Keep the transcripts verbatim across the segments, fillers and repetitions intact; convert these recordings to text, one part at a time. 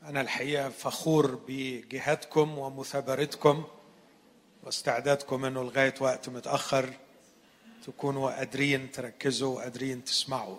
أنا الحقيقة فخور بجهادكم ومثابرتكم واستعدادكم أنه لغاية وقت متأخر تكونوا قادرين تركزوا وقادرين تسمعوا.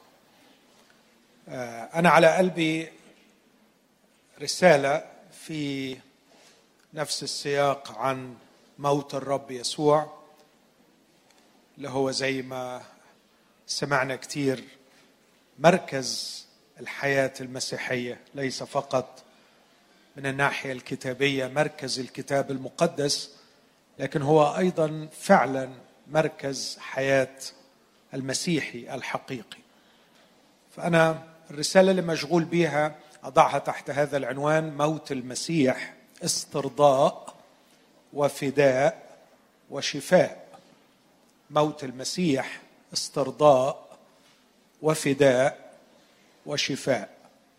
أنا على قلبي رسالة في نفس السياق عن موت الرب يسوع، اللي هو زي ما سمعنا كتير مركز الحياة المسيحية، ليس فقط من الناحية الكتابية مركز الكتاب المقدس، لكن هو أيضا فعلا مركز حياة المسيحي الحقيقي. فأنا الرسالة اللي مشغول بيها أضعها تحت هذا العنوان: موت المسيح استرضاء وفداء وشفاء. موت المسيح استرضاء وفداء وشفاء.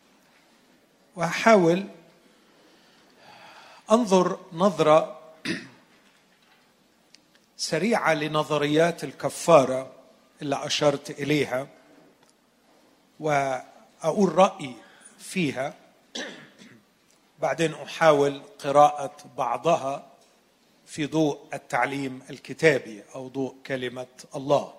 وأحاول أنظر نظرة سريعة لنظريات الكفارة اللي أشرت إليها، وأقول رأيي فيها، بعدين أحاول قراءة بعضها في ضوء التعليم الكتابي أو ضوء كلمة الله.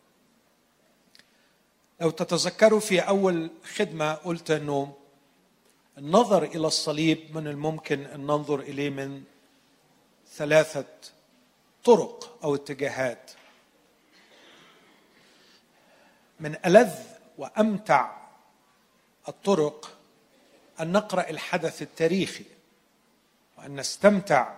لو تتذكروا في أول خدمة قلت أنه النظر إلى الصليب من الممكن أن ننظر إليه من ثلاثة طرق أو اتجاهات. من ألذ وأمتع الطرق أن نقرأ الحدث التاريخي وأن نستمتع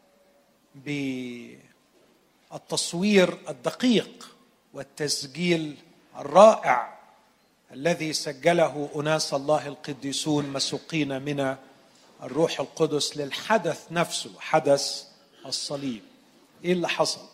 بالتصوير الدقيق والتسجيل الرائع الذي سجله أناس الله القديسون مسوقين من الروح القدس للحدث نفسه، حدث الصليب. إيه اللي حصل؟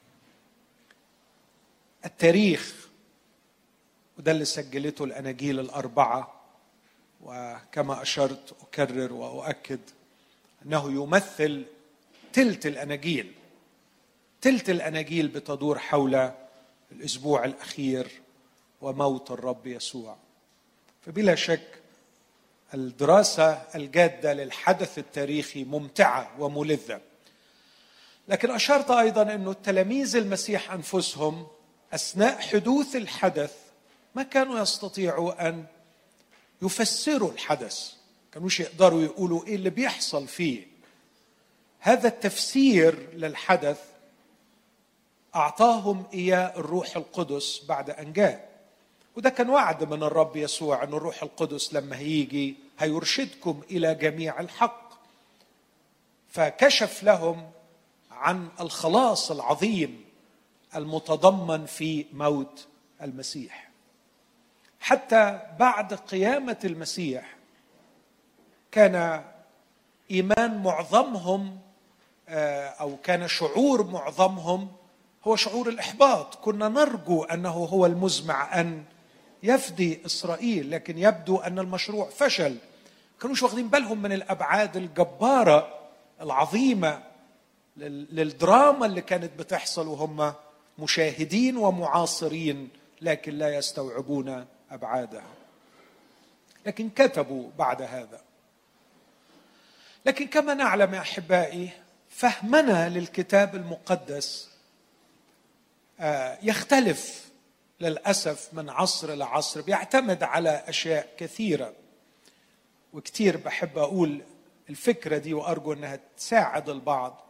التاريخ، وده اللي سجلته الأناجيل الأربعة، وكما أشرت أكرر وأؤكد أنه يمثل تلت الأناجيل. تلت الأناجيل بتدور حول الأسبوع الأخير وموت الرب يسوع. فبلا شك الدراسة الجادة للحدث التاريخي ممتعة وملذة. لكن أشرت أيضا أن التلاميذ المسيح أنفسهم أثناء حدوث الحدث ما كانوا يستطيعوا أن يفسروا الحدث، كانوش يقدروا يقولوا إيه اللي بيحصل فيه. هذا التفسير للحدث أعطاهم إياه الروح القدس بعد أن جاء، وده كان وعد من الرب يسوع أن الروح القدس لما هيجي هيرشدكم إلى جميع الحق. فكشف لهم عن الخلاص العظيم المتضمن في موت المسيح. حتى بعد قيامة المسيح كان إيمان معظمهم أو كان شعور معظمهم هو شعور الإحباط. كنا نرجو أنه هو المزمع أن يفدي إسرائيل، لكن يبدو أن المشروع فشل. كانوش واخدين بالهم من الأبعاد الجبارة العظيمة للدراما اللي كانت بتحصل، وهم مشاهدين ومعاصرين لكن لا يستوعبون أبعادها. لكن كتبوا بعد هذا. لكن كما نعلم يا أحبائي، فهمنا للكتاب المقدس يختلف للأسف من عصر لعصر، بيعتمد على أشياء كثيرة. وكتير بحب أقول الفكرة دي وأرجو أنها تساعد البعض.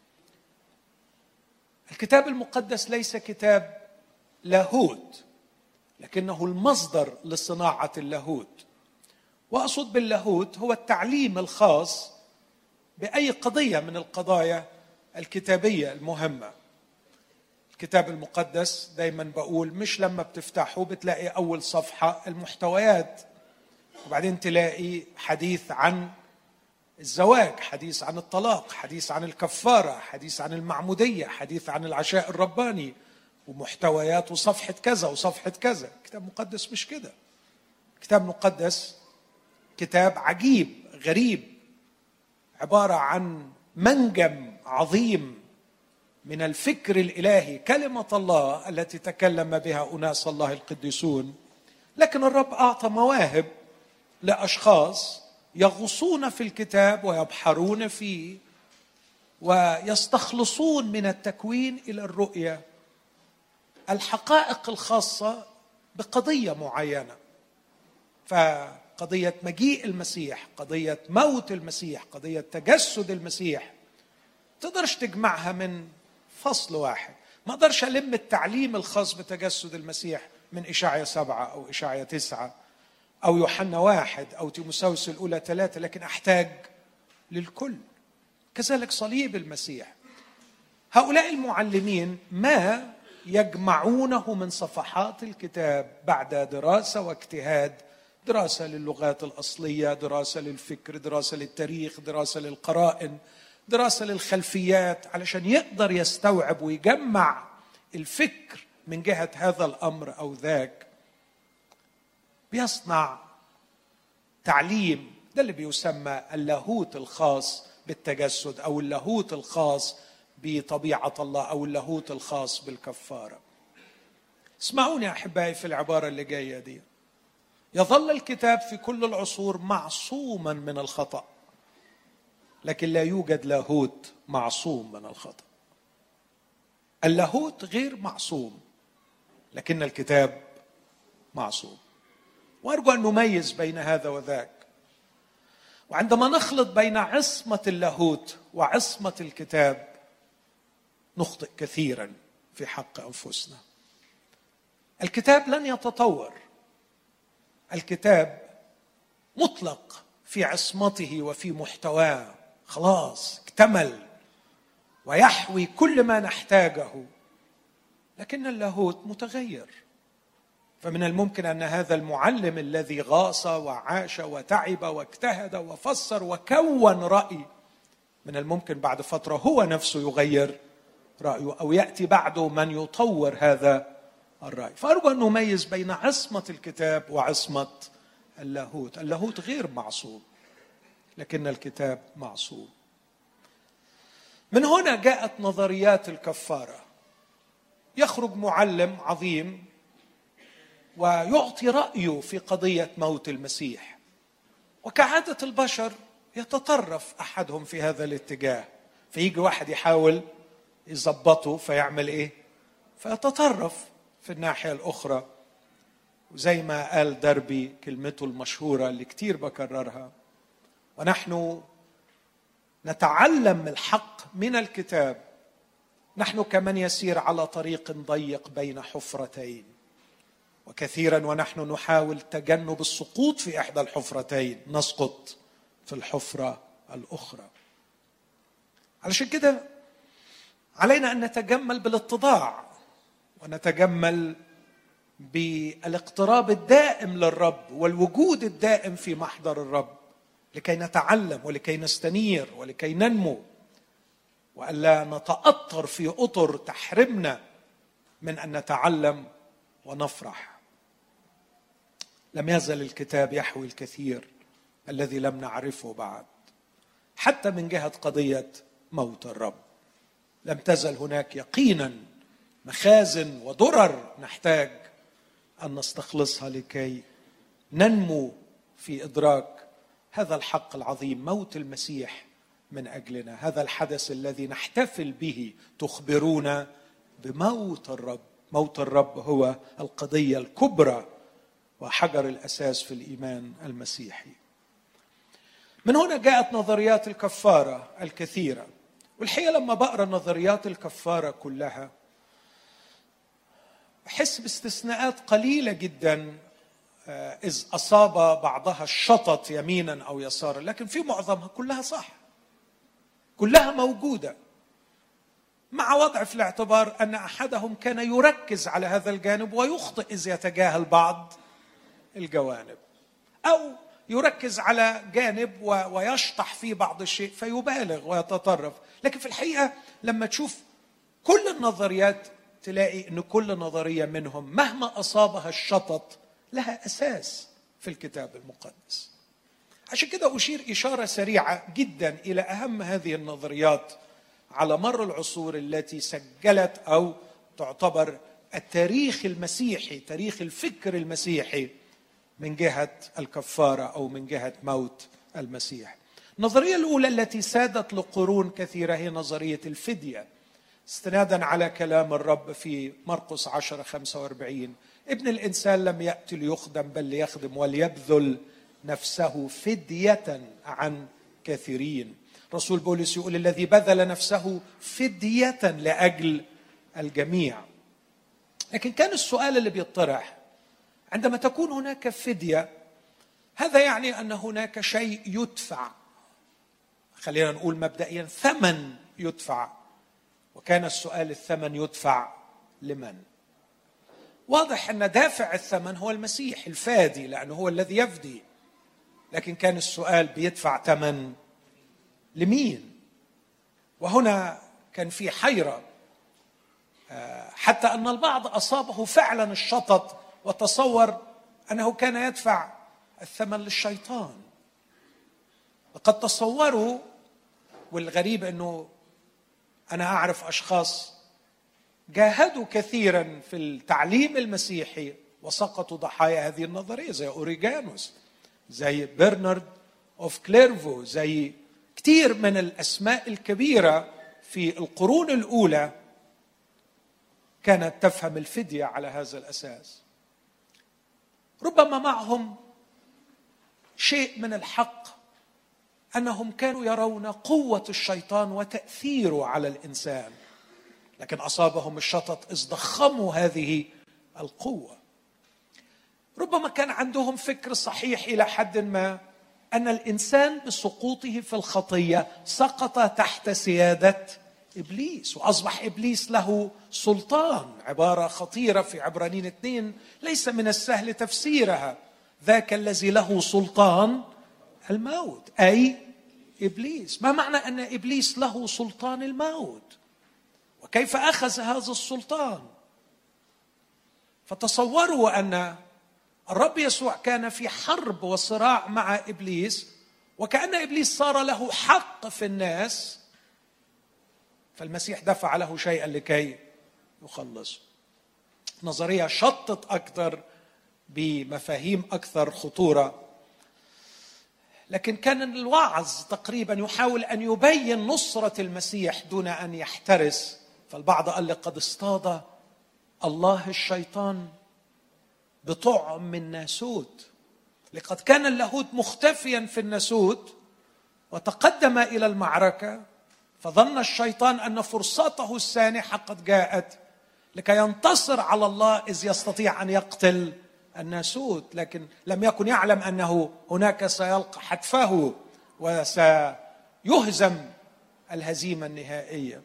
الكتاب المقدس ليس كتاب لاهوت، لكنه المصدر لصناعة اللاهوت. وأقصد باللاهوت هو التعليم الخاص بأي قضية من القضايا الكتابية المهمة. الكتاب المقدس دايما بقول مش لما بتفتحه بتلاقي أول صفحة المحتويات، وبعدين تلاقي حديث عن الزواج، حديث عن الطلاق، حديث عن الكفارة، حديث عن المعمودية، حديث عن العشاء الرباني، ومحتويات وصفحة كذا وصفحة كذا. الكتاب المقدس مش كده. الكتاب المقدس كتاب عجيب غريب، عبارة عن منجم عظيم من الفكر الإلهي، كلمة الله التي تكلم بها أناس الله القديسون. لكن الرب أعطى مواهب لأشخاص يغوصون في الكتاب ويبحرون فيه ويستخلصون من التكوين إلى الرؤية الحقائق الخاصة بقضية معينة. فقضية مجيء المسيح، قضية موت المسيح، قضية تجسد المسيح، تقدرش تجمعها من فصل واحد. ما اقدرش ألم التعليم الخاص بتجسد المسيح من إشعياء سبعة أو إشعياء تسعة أو يوحنا واحد أو تيموثاوس الأولى ثلاثة، لكن أحتاج للكل. كذلك صليب المسيح. هؤلاء المعلمين ما يجمعونه من صفحات الكتاب بعد دراسة واجتهاد، دراسة للغات الأصلية، دراسة للفكر، دراسة للتاريخ، دراسة للقرائن، دراسة للخلفيات، علشان يقدر يستوعب ويجمع الفكر من جهة هذا الأمر أو ذاك. بيصنع تعليم، ده اللي بيسمى اللاهوت الخاص بالتجسد أو اللاهوت الخاص بطبيعة الله أو اللاهوت الخاص بالكفارة. اسمعوني يا أحبائي في العبارة اللي جاية دي: يظل الكتاب في كل العصور معصوما من الخطأ، لكن لا يوجد لاهوت معصوم من الخطأ. اللاهوت غير معصوم، لكن الكتاب معصوم. وأرجو أن نميز بين هذا وذاك. وعندما نخلط بين عصمة اللاهوت وعصمة الكتاب نخطئ كثيرا في حق أنفسنا. الكتاب لن يتطور، الكتاب مطلق في عصمته وفي محتواه، خلاص اكتمل ويحوي كل ما نحتاجه، لكن اللاهوت متغير. فمن الممكن أن هذا المعلم الذي غاص وعاش وتعب واجتهد وفسر وكون رأي، من الممكن بعد فترة هو نفسه يغير رأيه، أو يأتي بعده من يطور هذا الرأي. فأرجو أن نميز بين عصمة الكتاب وعصمة اللاهوت. اللاهوت غير معصوم، لكن الكتاب معصوم. من هنا جاءت نظريات الكفارة. يخرج معلم عظيم ويعطي رأيه في قضية موت المسيح، وكعادة البشر يتطرف أحدهم في هذا الاتجاه، فيجي واحد يحاول يضبطه فيعمل إيه؟ فيتطرف في الناحية الأخرى. وزي ما قال دربي كلمته المشهورة اللي كتير بكررها: ونحن نتعلم الحق من الكتاب، نحن كمن يسير على طريق ضيق بين حفرتين، وكثيرا ونحن نحاول تجنب السقوط في إحدى الحفرتين نسقط في الحفرة الأخرى. علشان كده علينا أن نتجمل بالاتضاع، ونتجمل بالاقتراب الدائم للرب والوجود الدائم في محضر الرب، لكي نتعلم ولكي نستنير ولكي ننمو، وألا نتأطر في أطر تحرمنا من أن نتعلم ونفرح. لم يزل الكتاب يحوي الكثير الذي لم نعرفه بعد، حتى من جهة قضية موت الرب. لم تزل هناك يقينا مخازن ودرر نحتاج أن نستخلصها لكي ننمو في إدراك هذا الحق العظيم، موت المسيح من أجلنا، هذا الحدث الذي نحتفل به. تخبرونا بموت الرب. موت الرب هو القضية الكبرى وحجر الأساس في الإيمان المسيحي. من هنا جاءت نظريات الكفارة الكثيرة. والحقيقة لما بقرأ نظريات الكفارة كلها أحس باستثناءات قليلة جدا إذ أصاب بعضها الشطط يمينا أو يسارا، لكن في معظمها كلها صح، كلها موجودة، مع وضع في الاعتبار أن أحدهم كان يركز على هذا الجانب ويخطئ إذ يتجاهل بعض الجوانب، أو يركز على جانب ويشطح فيه بعض الشيء فيبالغ ويتطرف. لكن في الحقيقة لما تشوف كل النظريات تلاقي أن كل نظرية منهم مهما أصابها الشطط لها أساس في الكتاب المقدس. عشان كده أشير إشارة سريعة جدا إلى أهم هذه النظريات على مر العصور التي سجلت أو تعتبر التاريخ المسيحي، تاريخ الفكر المسيحي من جهة الكفارة أو من جهة موت المسيح. النظرية الأولى التي سادت لقرون كثيرة هي نظرية الفدية، استنادا على كلام الرب في مرقس عشرة خمسة وأربعين: ابن الإنسان لم يأتي ليخدم بل ليخدم وليبذل نفسه فدية عن كثيرين. رسول بولس يقول: الذي بذل نفسه فدية لأجل الجميع. لكن كان السؤال اللي بيطرح: عندما تكون هناك فدية، هذا يعني أن هناك شيء يدفع، خلينا نقول مبدئيا ثمن يدفع. وكان السؤال: الثمن يدفع لمن؟ واضح أن دافع الثمن هو المسيح الفادي، لأنه هو الذي يفدي. لكن كان السؤال: بيدفع ثمن لمين؟ وهنا كان في حيرة، حتى أن البعض أصابه فعلا الشطط وتصور أنه كان يدفع الثمن للشيطان. وقد تصوروا، والغريب أنه أنا أعرف أشخاص جاهدوا كثيرا في التعليم المسيحي وسقطوا ضحايا هذه النظرية، زي أوريغانوس، زي برنارد أوف كليرفو، زي كثير من الأسماء الكبيرة في القرون الأولى كانت تفهم الفدية على هذا الأساس. ربما معهم شيء من الحق، أنهم كانوا يرون قوة الشيطان وتأثيره على الإنسان، لكن أصابهم الشطط إذ ضخموا هذه القوة. ربما كان عندهم فكر صحيح إلى حد ما، أن الإنسان بسقوطه في الخطية سقط تحت سيادة إبليس، وأصبح إبليس له سلطان. عبارة خطيرة في عبرانيين اثنين ليس من السهل تفسيرها: ذاك الذي له سلطان الموت، أي إبليس. ما معنى أن إبليس له سلطان الموت؟ وكيف أخذ هذا السلطان؟ فتصوروا أن الرب يسوع كان في حرب وصراع مع إبليس، وكأن إبليس صار له حق في الناس، فالمسيح دفع له شيئا لكي يخلص. نظرية شطت أكثر بمفاهيم أكثر خطورة، لكن كان الوعظ تقريبا يحاول أن يبين نصرة المسيح دون أن يحترس. فالبعض قال لك: قد اصطاد الله الشيطان بطعم من ناسوت، لقد كان اللاهوت مختفيا في الناسوت وتقدم إلى المعركة، فظن الشيطان أن فرصته السانحة قد جاءت لكي ينتصر على الله، إذ يستطيع أن يقتل الناسوت، لكن لم يكن يعلم أنه هناك سيلقى حتفه وسيهزم الهزيمة النهائية.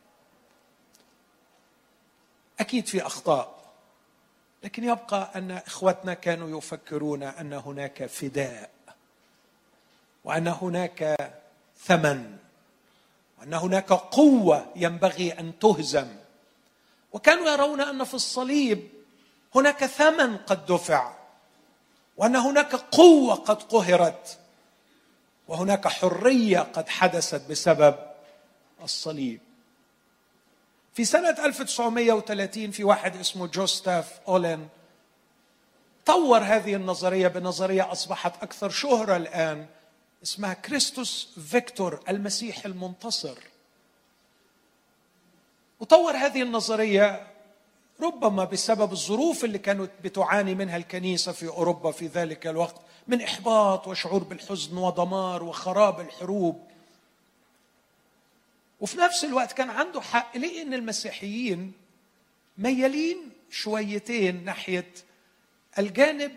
أكيد في أخطاء، لكن يبقى أن إخوتنا كانوا يفكرون أن هناك فداء، وأن هناك ثمن، وأن هناك قوة ينبغي أن تهزم. وكانوا يرون أن في الصليب هناك ثمن قد دفع، وأن هناك قوة قد قهرت، وهناك حرية قد حدثت بسبب الصليب. في سنة ألف وتسعمائة وثلاثين في واحد اسمه جوستاف أولين طور هذه النظرية بنظرية أصبحت أكثر شهرة الآن، اسمها كريستوس فيكتور، المسيح المنتصر. وطور هذه النظرية ربما بسبب الظروف اللي كانت بتعاني منها الكنيسة في أوروبا في ذلك الوقت، من إحباط وشعور بالحزن ودمار وخراب الحروب. وفي نفس الوقت كان عنده حق، لأن المسيحيين ميالين شويتين ناحية الجانب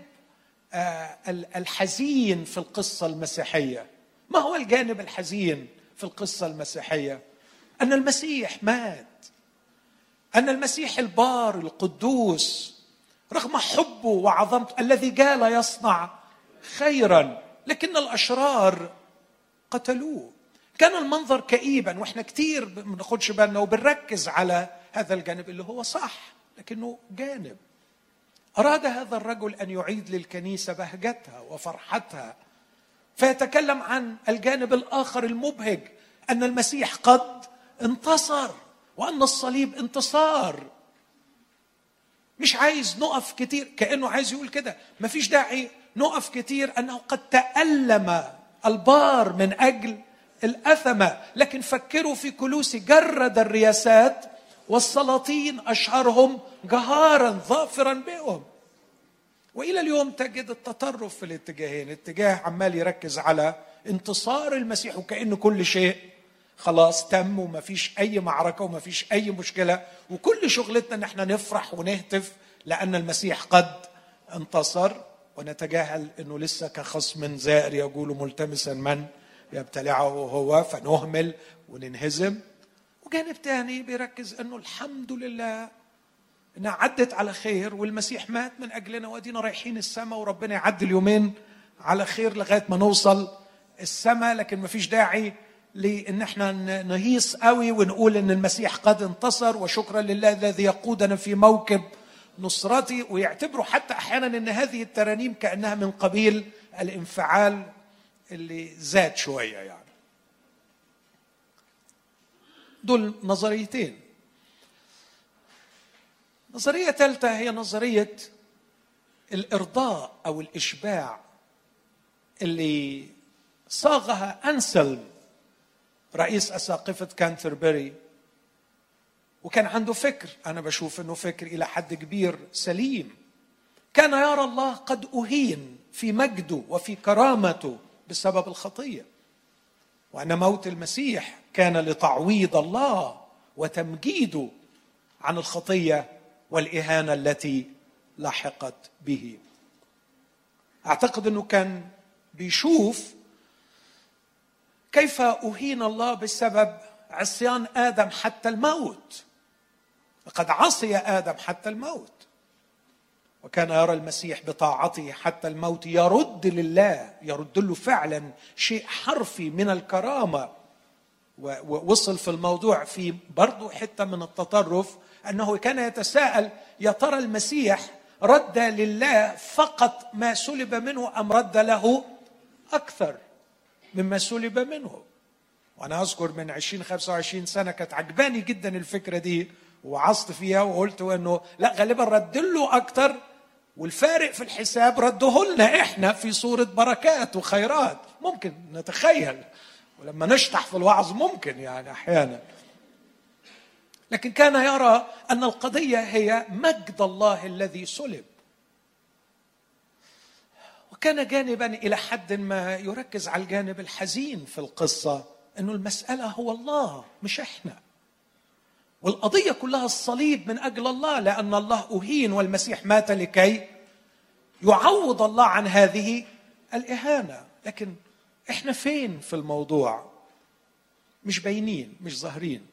الحزين في القصة المسيحية. ما هو الجانب الحزين في القصة المسيحية؟ أن المسيح مات، أن المسيح البار القدوس رغم حبه وعظمته الذي جاء لا يصنع خيرا، لكن الأشرار قتلوه. كان المنظر كئيبا، وإحنا كتير ما ناخدش بالنا وبنركز على هذا الجانب اللي هو صح، لكنه جانب. أراد هذا الرجل أن يعيد للكنيسة بهجتها وفرحتها، فيتكلم عن الجانب الآخر المبهج، أن المسيح قد انتصر، وأن الصليب انتصار. مش عايز نقف كتير، كأنه عايز يقول كده مفيش داعي نقف كتير، أنه قد تألم البار من أجل الأثمة. لكن فكروا في كلوسي، جرد الرياسات والسلاطين أشهرهم جهارا ظافرا بهم. وإلى اليوم تجد التطرف في الاتجاهين، اتجاه عمال يركز على انتصار المسيح وكأن كل شيء خلاص تم وما فيش أي معركة وما فيش أي مشكلة، وكل شغلتنا ان احنا نفرح ونهتف لأن المسيح قد انتصر، ونتجاهل أنه لسه كخصم زائر يقول ملتمسا من يبتلعه هو، فنهمل وننهزم. وجانب تاني بيركز أنه الحمد لله إنها عدت على خير والمسيح مات من أجلنا وأدينا رايحين السماء، وربنا يعدي اليومين على خير لغاية ما نوصل السماء. لكن ما فيش داعي لأن احنا نهيص قوي ونقول إن المسيح قد انتصر وشكرا لله الذي يقودنا في موكب نصرتي، ويعتبروا حتى أحيانا إن هذه الترانيم كأنها من قبيل الانفعال اللي زاد شوية. يعني دول نظريتين. نظرية ثالثة هي نظرية الإرضاء أو الإشباع اللي صاغها أنسلم رئيس أساقفة كانتربري، وكان عنده فكر أنا بشوف أنه فكر إلى حد كبير سليم. كان يرى الله قد أهين في مجده وفي كرامته بسبب الخطية، وأن موت المسيح كان لتعويض الله وتمجيده عن الخطية والإهانة التي لاحقت به. أعتقد أنه كان بيشوف كيف أهين الله بسبب عصيان آدم حتى الموت، لقد عصي آدم حتى الموت، وكان يرى المسيح بطاعته حتى الموت يرد لله، يرد له فعلا شيء حرفي من الكرامة. ووصل في الموضوع في برضو حتة من التطرف أنه كان يتساءل يا ترى المسيح رد لله فقط ما سلب منه أم رد له أكثر مما سلب منه. وأنا أذكر من عشرين خمسة وعشرين سنة كانت عجباني جدا الفكرة دي وعصت فيها وقلت أنه لا، غالبا رد له أكثر، والفارق في الحساب رده لنا إحنا في صورة بركات وخيرات. ممكن نتخيل ولما نشطح في الوعظ ممكن يعني أحيانا، لكن كان يرى أن القضية هي مجد الله الذي سلب. وكان جانبا إلى حد ما يركز على الجانب الحزين في القصة، أنه المسألة هو الله مش إحنا، والقضية كلها الصليب من أجل الله، لأن الله أهين والمسيح مات لكي يعوض الله عن هذه الإهانة. لكن إحنا فين في الموضوع؟ مش باينين، مش ظاهرين.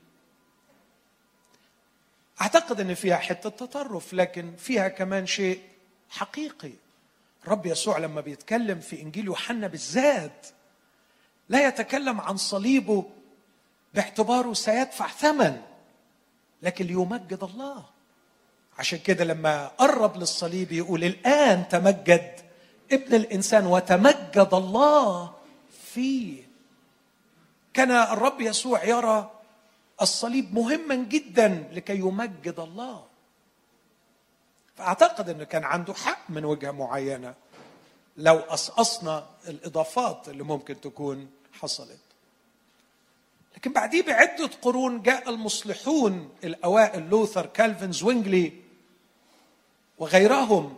أعتقد أن فيها حتة تطرف، لكن فيها كمان شيء حقيقي. رب يسوع لما بيتكلم في إنجيل يوحنا بالذات لا يتكلم عن صليبه باعتباره سيدفع ثمن، لكن ليمجد الله. عشان كده لما قرب للصليب يقول الآن تمجد ابن الإنسان وتمجد الله فيه. كان الرب يسوع يرى الصليب مهما جدا لكي يمجد الله. فأعتقد أنه كان عنده حق من وجهة معينة لو أسقصنا الإضافات اللي ممكن تكون حصلت. لكن بعديه بعدة قرون جاء المصلحون الأوائل، لوثر، كالفن، زوينغلي وغيرهم،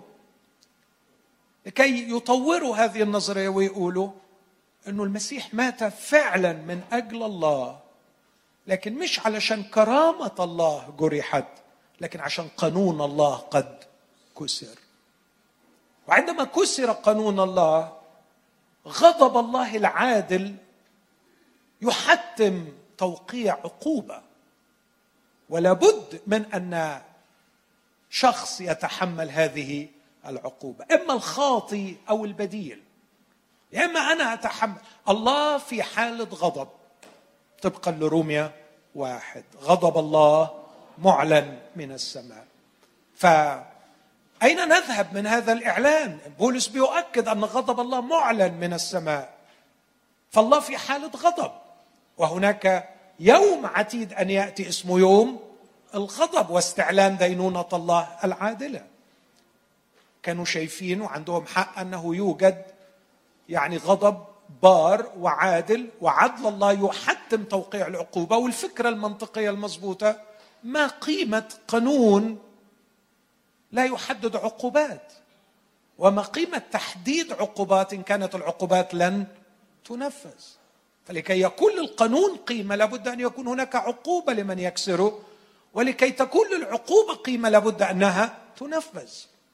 لكي يطوروا هذه النظرية ويقولوا أنه المسيح مات فعلا من أجل الله، لكن مش علشان كرامة الله جرحت، لكن عشان قانون الله قد كسر. وعندما كسر قانون الله، غضب الله العادل يحتم توقيع عقوبة، ولا بد من أن شخص يتحمل هذه العقوبة، إما الخاطي أو البديل. يا إما أنا أتحمل. الله في حالة غضب طبقا لروميا واحد، غضب الله معلن من السماء. فأين نذهب من هذا الإعلان؟ بولس بيؤكد أن غضب الله معلن من السماء، فالله في حالة غضب، وهناك يوم عتيد أن يأتي اسمه يوم الغضب واستعلان دينونة الله العادلة. كانوا شايفين وعندهم حق أنه يوجد يعني غضب بار وعادل، وعدل الله يحتم توقيع العقوبة. والفكرة المنطقية المضبوطة: ما قيمة قانون لا يحدد عقوبات؟ وما قيمة تحديد عقوبات إن كانت العقوبات لن تنفذ؟ فلكي يكون للقانون قيمة لابد أن يكون هناك عقوبة لمن يكسره، ولكي تكون للعقوبة قيمة لابد أنها تنفذ.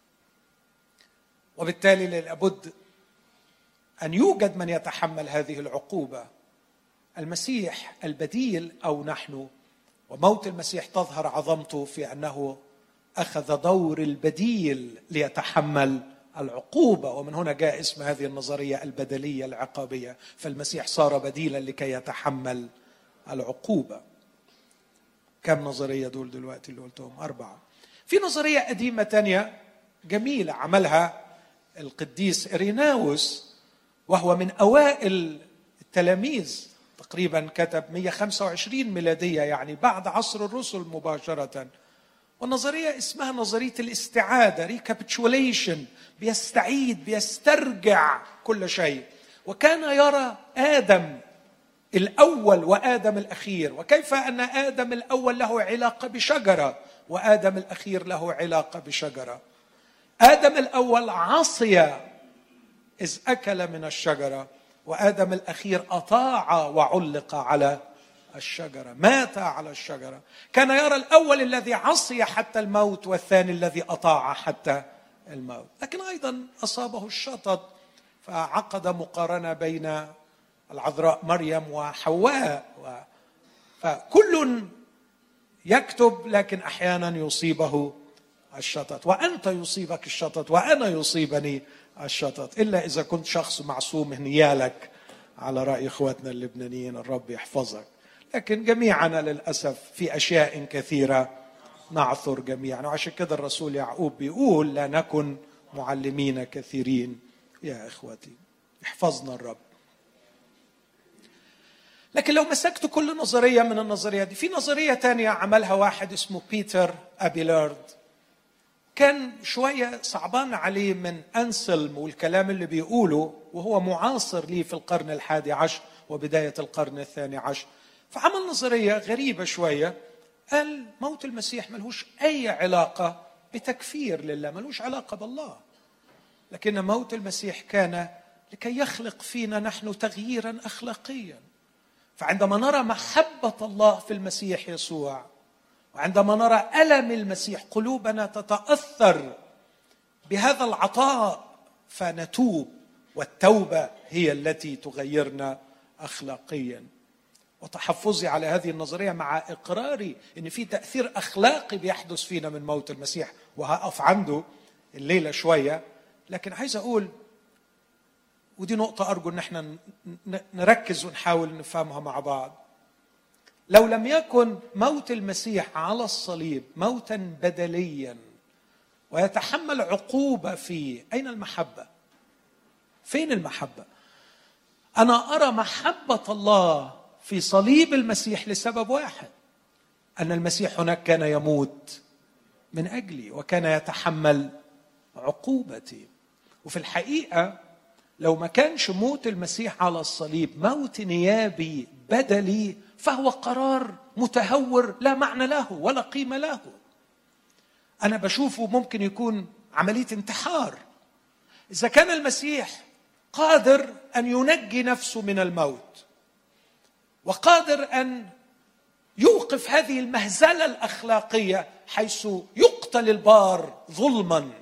وبالتالي لابد أن يوجد من يتحمل هذه العقوبة. المسيح البديل أو نحن، وموت المسيح تظهر عظمته في أنه أخذ دور البديل ليتحمل العقوبة، ومن هنا جاء اسم هذه النظرية البدلية العقابية. فالمسيح صار بديلا لكي يتحمل العقوبة. كم نظرية دول دلوقتي اللي قلتهم؟ أربعة. في نظرية قديمة تانية جميلة عملها القديس إريناوس، وهو من أوائل التلاميذ، تقريبا كتب مئة وخمسة وعشرين ميلادية، يعني بعد عصر الرسل مباشرة. والنظرية اسمها نظرية الاستعادة، ريكابيتوليشن، بيستعيد بيسترجع كل شيء. وكان يرى آدم الأول وآدم الأخير، وكيف أن آدم الأول له علاقة بشجرة وآدم الأخير له علاقة بشجرة. آدم الأول عصي إذ أكل من الشجرة، وآدم الأخير أطاع وعلق على الشجرة، مات على الشجرة. كان يرى الأول الذي عصي حتى الموت، والثاني الذي أطاع حتى الموت. لكن أيضا أصابه الشطط، فعقد مقارنة بين العذراء مريم وحواء. فكل يكتب، لكن أحيانا يصيبه الشطط، وأنت يصيبك الشطط وأنا يصيبني الشطط، إلا إذا كنت شخص معصوم هنيالك، على رأي إخواتنا اللبنانيين، الرب يحفظك. لكن جميعنا للأسف في أشياء كثيرة نعثر جميعا، وعشان كده الرسول يعقوب بيقول: لا نكن معلمين كثيرين يا إخوتي. يحفظنا الرب. لكن لو مسكت كل نظرية من النظريات دي، في نظرية تانية عملها واحد اسمه بيتر أبيلارد، كان شوية صعبان عليه من أنسلم والكلام اللي بيقوله، وهو معاصر ليه في القرن الحادي عشر وبداية القرن الثاني عشر. فعمل نظرية غريبة شوية، قال موت المسيح ملهوش أي علاقة بتكفير لله، ملهوش علاقة بالله، لكن موت المسيح كان لكي يخلق فينا نحن تغييرا أخلاقيا. فعندما نرى محبة الله في المسيح يسوع، وعندما نرى ألم المسيح، قلوبنا تتأثر بهذا العطاء فنتوب، والتوبة هي التي تغيرنا أخلاقيا. وتحفظي على هذه النظرية مع إقراري أن في تأثير أخلاقي بيحدث فينا من موت المسيح، وهقف عنده الليلة شوية. لكن عايز أقول، ودي نقطة أرجو أن احنا نركز ونحاول نفهمها مع بعض: لو لم يكن موت المسيح على الصليب موتا بدليا ويتحمل عقوبة فيه، أين المحبة؟ فين المحبة؟ أنا أرى محبة الله في صليب المسيح لسبب واحد: أن المسيح هناك كان يموت من أجلي وكان يتحمل عقوبتي. وفي الحقيقة لو ما كانش موت المسيح على الصليب موت نيابي بدلي، فهو قرار متهور لا معنى له ولا قيمة له. أنا بشوفه ممكن يكون عملية انتحار. إذا كان المسيح قادر أن ينجي نفسه من الموت، وقادر أن يوقف هذه المهزلة الأخلاقية حيث يقتل البار ظلما،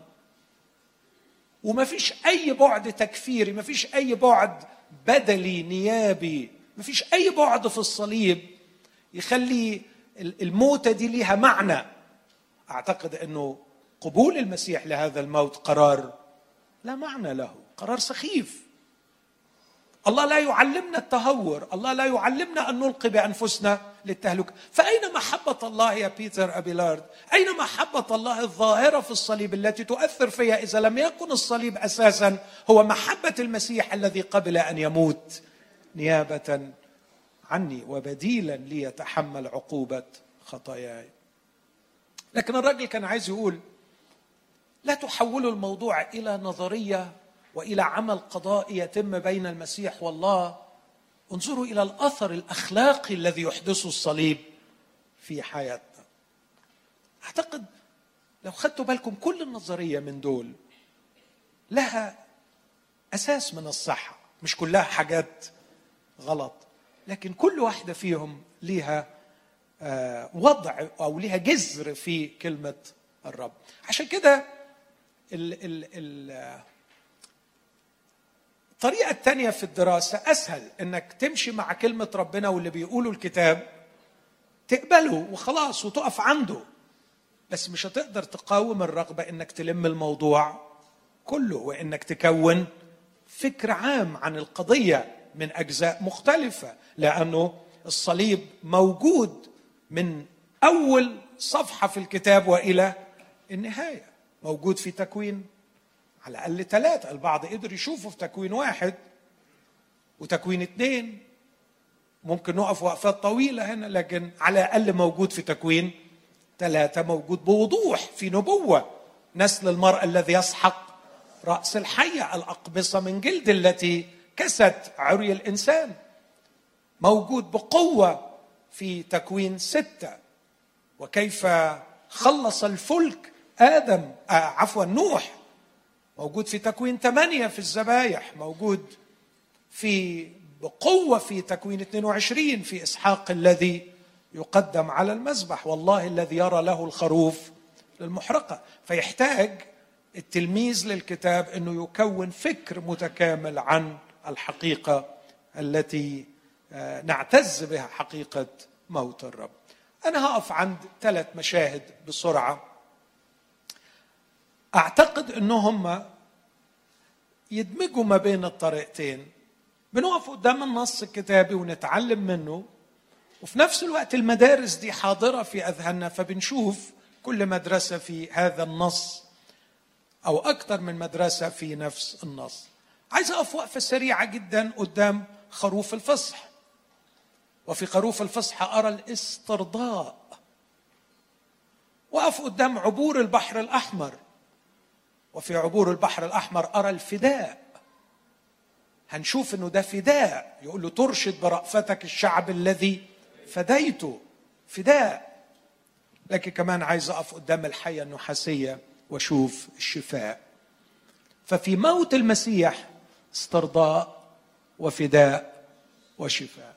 وما فيش أي بعد تكفيري، ما فيش أي بعد بدلي نيابي، ما فيش أي بعد في الصليب يخلي الموتة دي ليها معنى، أعتقد أنه قبول المسيح لهذا الموت قرار لا معنى له، قرار سخيف. الله لا يعلمنا التهور، الله لا يعلمنا أن نلقي بأنفسنا للتهلكة. فأين محبة الله يا بيتر أبيلارد؟ أين محبة الله الظاهرة في الصليب التي تؤثر فيها إذا لم يكن الصليب أساسا هو محبة المسيح الذي قبل أن يموت نيابة عني وبديلا ليتحمل عقوبة خطاياي؟ لكن الرجل كان عايز يقول: لا تحولوا الموضوع إلى نظرية وإلى عمل قضائي يتم بين المسيح والله، انظروا إلى الأثر الأخلاقي الذي يحدثه الصليب في حياتنا. أعتقد لو خدتوا بالكم كل النظرية من دول لها أساس من الصحة، مش كلها حاجات غلط، لكن كل واحدة فيهم لها وضع أو لها جذر في كلمة الرب. عشان كده ال ال ال الطريقة الثانية في الدراسة أسهل، إنك تمشي مع كلمة ربنا واللي بيقوله الكتاب تقبله وخلاص وتقف عنده، بس مش هتقدر تقاوم الرغبة إنك تلم الموضوع كله، وإنك تكون فكر عام عن القضية من أجزاء مختلفة، لأنه الصليب موجود من أول صفحة في الكتاب وإلى النهاية. موجود في تكوين على الأقل ثلاثة، البعض قدر يشوفه في تكوين واحد وتكوين اثنين، ممكن نقف وقفات طويلة هنا، لكن على الأقل موجود في تكوين ثلاثة، موجود بوضوح في نبوة نسل المرأة الذي يسحق رأس الحية، الأقبصة من جلد التي كست عري الإنسان. موجود بقوة في تكوين ستة، وكيف خلص الفلك آدم آه عفوا نوح. موجود في تكوين ثمانية في الذبايح، موجود في بقوة في تكوين اثنين وعشرين في إسحاق الذي يقدم على المذبح، والله الذي يرى له الخروف للمحرقة. فيحتاج التلميذ للكتاب أنه يكون فكر متكامل عن الحقيقة التي نعتز بها، حقيقة موت الرب. أنا هقف عند ثلاث مشاهد بسرعة أعتقد أنهم يدمجوا ما بين الطريقتين. بنقف قدام النص الكتابي ونتعلم منه، وفي نفس الوقت المدارس دي حاضرة في أذهاننا، فبنشوف كل مدرسة في هذا النص أو أكثر من مدرسة في نفس النص. عايز أقف وقفة سريعة جدا قدام خروف الفصح. وفي خروف الفصح أرى الاسترضاء. وقف قدام عبور البحر الأحمر، وفي عبور البحر الأحمر أرى الفداء. هنشوف أنه ده فداء، يقول له ترشد برأفتك الشعب الذي فديته، فداء. لكن كمان عايز أقف قدام الحية النحاسية وشوف الشفاء. ففي موت المسيح استرضاء وفداء وشفاء.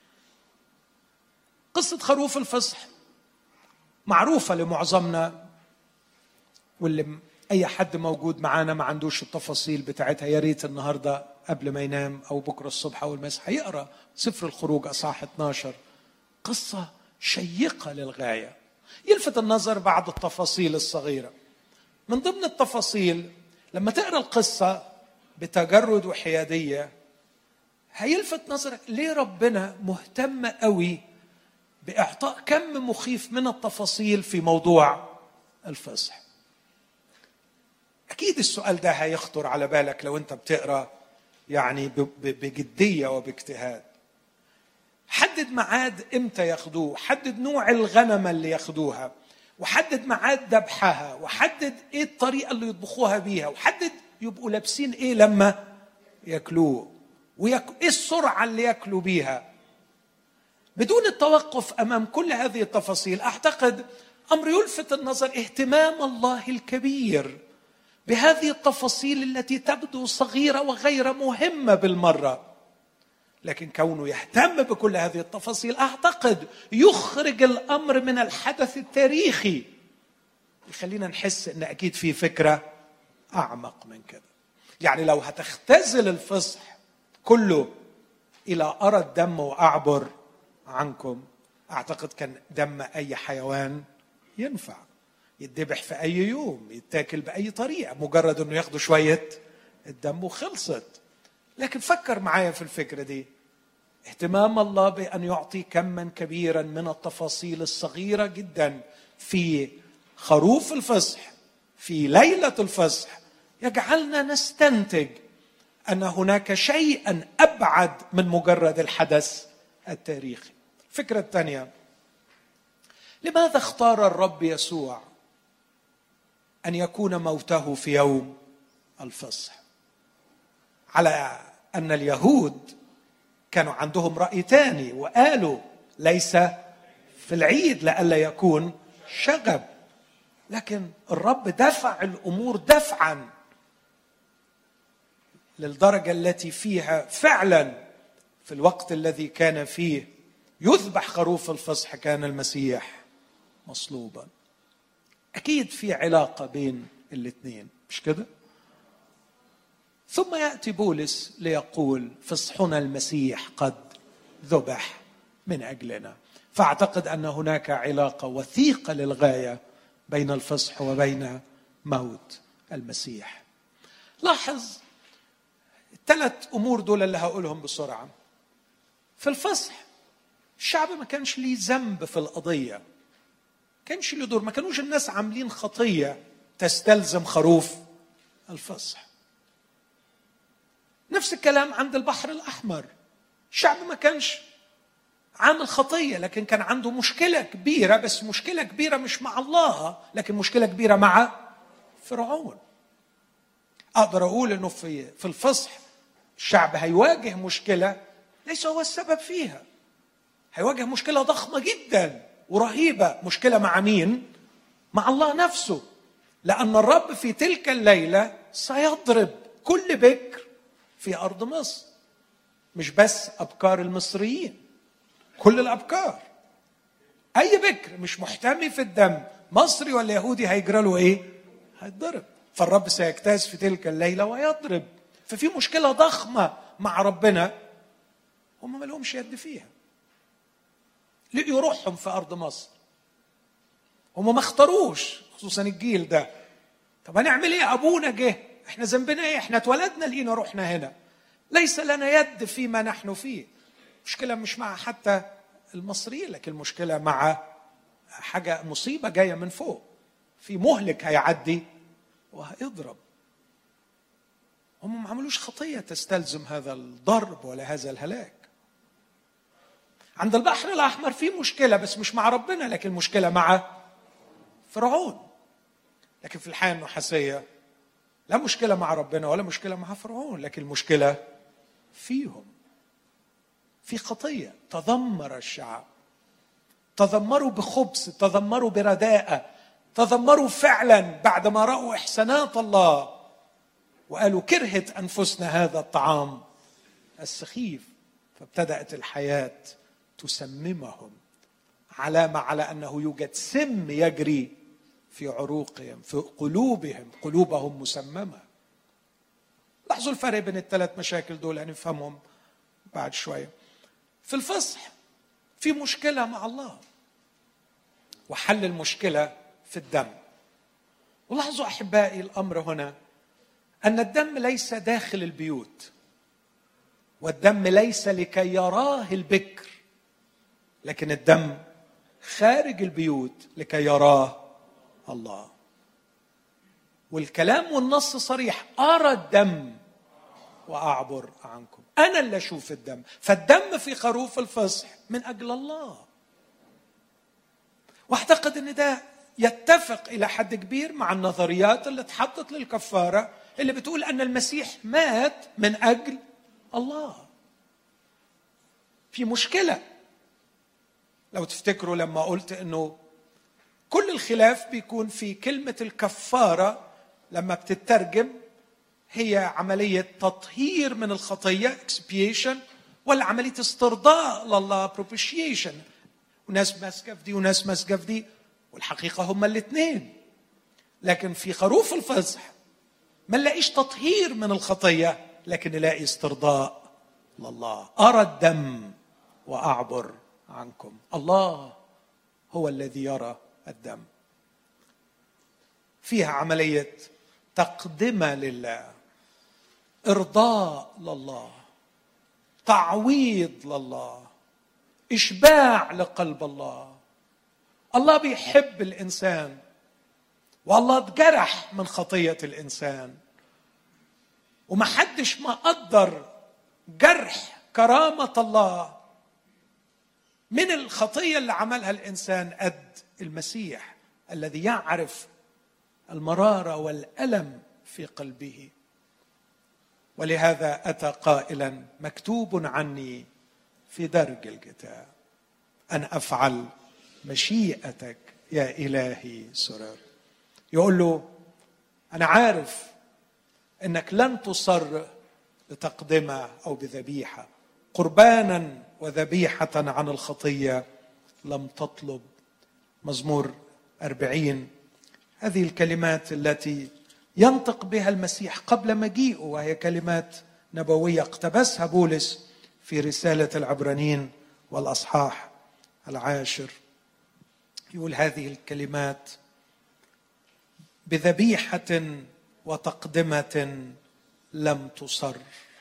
قصة خروف الفصح معروفة لمعظمنا، واللي أي حد موجود معانا ما عندوش التفاصيل بتاعتها يا ريت النهاردة قبل ما ينام أو بكرة الصبح أو المساء هيقرأ سفر الخروج أصحاح اثناشر. قصة شيقة للغاية. يلفت النظر بعض التفاصيل الصغيرة. من ضمن التفاصيل لما تقرأ القصة بتجرد وحيادية هيلفت نظرك ليه ربنا مهتم قوي بإعطاء كم مخيف من التفاصيل في موضوع الفصح. أكيد السؤال ده هيخطر على بالك لو أنت بتقرأ يعني بجدية وباجتهاد. حدد معاد إمتى ياخدوه، حدد نوع الغنمة اللي ياخدوها، وحدد معاد ذبحها، وحدد إيه الطريقة اللي يطبخوها بيها، وحدد يبقوا لابسين إيه لما ياكلوه، وإيه السرعة اللي ياكلوا بيها. بدون التوقف أمام كل هذه التفاصيل أعتقد أمر يلفت النظر اهتمام الله الكبير بهذه التفاصيل التي تبدو صغيرة وغير مهمة بالمرة، لكن كونه يهتم بكل هذه التفاصيل أعتقد يخرج الأمر من الحدث التاريخي، يخلينا نحس أن أكيد في فكرة أعمق من كده. يعني لو هتختزل الفصح كله إلى أرى الدم وأعبر عنكم، أعتقد كان دم أي حيوان ينفع يتذبح في أي يوم، يتاكل بأي طريقة، مجرد أنه ياخدوا شوية الدم وخلصت. لكن فكر معايا في الفكرة دي، اهتمام الله بأن يعطي كما كبيرا من التفاصيل الصغيرة جدا في خروف الفصح في ليلة الفصح يجعلنا نستنتج أن هناك شيئا أبعد من مجرد الحدث التاريخي. الفكرة الثانية، لماذا اختار الرب يسوع أن يكون موته في يوم الفصح؟ على أن اليهود كانوا عندهم رأي تاني وقالوا ليس في العيد لئلا يكون شغب، لكن الرب دفع الأمور دفعا للدرجة التي فيها فعلا في الوقت الذي كان فيه يذبح خروف الفصح كان المسيح مصلوبا. أكيد في علاقة بين الاثنين، مش كده؟ ثم يأتي بولس ليقول فصحنا المسيح قد ذبح من أجلنا. فأعتقد أن هناك علاقة وثيقة للغاية بين الفصح وبين موت المسيح. لاحظ الثلاث أمور دول اللي هقولهم بسرعة. في الفصح الشعب ما كانش ليه ذنب في القضية، ما كانش له دور، ما كانوش الناس عاملين خطية تستلزم خروف الفصح. نفس الكلام عند البحر الأحمر، الشعب ما كانش عامل خطية لكن كان عنده مشكلة كبيرة، بس مشكلة كبيرة مش مع الله لكن مشكلة كبيرة مع فرعون. أقدر أقول أنه في في الفصح الشعب هيواجه مشكلة ليس هو السبب فيها، هيواجه مشكلة ضخمة جدا ورهيبة. مشكلة مع مين؟ مع الله نفسه، لأن الرب في تلك الليلة سيضرب كل بكر في أرض مصر، مش بس أبكار المصريين، كل الأبكار. أي بكر مش محتمي في الدم مصري ولا يهودي هيجرى له إيه؟ هيتضرب. فالرب سيجتاز في تلك الليلة ويضرب. ففي مشكلة ضخمة مع ربنا هم ما لهمش يد فيها. لقيوا روحهم في أرض مصر، هم ما اختاروش، خصوصا الجيل ده. طب هنعمل إيه؟ أبونا جه، إحنا ذنبنا إيه؟ إحنا اتولدنا لقينا روحنا هنا، ليس لنا يد فيما نحن فيه. مشكلة مش مع حتى المصريين، لكن المشكلة مع حاجة مصيبة جاية من فوق، في مهلك هيعدي وهيضرب. هم ما عملوش خطية تستلزم هذا الضرب ولا هذا الهلاك. عند البحر الأحمر في مشكلة بس مش مع ربنا، لكن مشكلة مع فرعون. لكن في الحياة النحاسية لا مشكلة مع ربنا ولا مشكلة مع فرعون، لكن المشكلة فيهم. في خطية تذمر الشعب، تذمروا بخبث، تذمروا برداءة، تذمروا فعلا بعدما رأوا إحسانات الله وقالوا كرهت أنفسنا هذا الطعام السخيف. فابتدأت الحياة تسممهم، علامة على أنه يوجد سم يجري في عروقهم، في قلوبهم، قلوبهم مسممة. لاحظوا الفرق بين الثلاث مشاكل دول هنفهمهم بعد شوية. في الفصح في مشكلة مع الله، وحل المشكلة في الدم. ولاحظوا أحبائي الأمر هنا أن الدم ليس داخل البيوت، والدم ليس لكي يراه البكر، لكن الدم خارج البيوت لكي يراه الله. والكلام والنص صريح، أرى الدم وأعبر عنكم. أنا اللي أشوف الدم. فالدم في خروف الفصح من أجل الله. واعتقد أن ده يتفق إلى حد كبير مع النظريات اللي اتحطت للكفارة اللي بتقول أن المسيح مات من أجل الله. في مشكلة لو تفتكروا لما قلت أنه كل الخلاف بيكون في كلمة الكفارة لما بتترجم هي عملية تطهير من الخطية expiation، ولا عملية استرضاء لله propitiation. وناس ماسكة في دي وناس ماسكة في دي، والحقيقة هما الاثنين. لكن في خروف الفصح ما نلاقيش تطهير من الخطية، لكن نلاقي استرضاء لله. أرى الدم وأعبر عنكم. الله هو الذي يرى الدم. فيها عملية تقدمة لله، إرضاء لله، تعويض لله، إشباع لقلب الله. الله بيحب الإنسان، والله اتجرح من خطية الإنسان، ومحدش ما قدر جرح كرامة الله من الخطية اللي عملها الإنسان قد المسيح الذي يعرف المرارة والألم في قلبه. ولهذا أتى قائلا مكتوب عني في درج الكتاب أن أفعل مشيئتك يا إلهي سرر. يقول له أنا عارف أنك لن تصر بتقدمة أو بذبيحة، قربانا وذبيحة عن الخطية لم تطلب. مزمور أربعين، هذه الكلمات التي ينطق بها المسيح قبل مجيئه، وهي كلمات نبوية اقتبسها بولس في رسالة العبرانيين والأصحاح العاشر. يقول هذه الكلمات: بذبيحة وتقدمة لم تصر.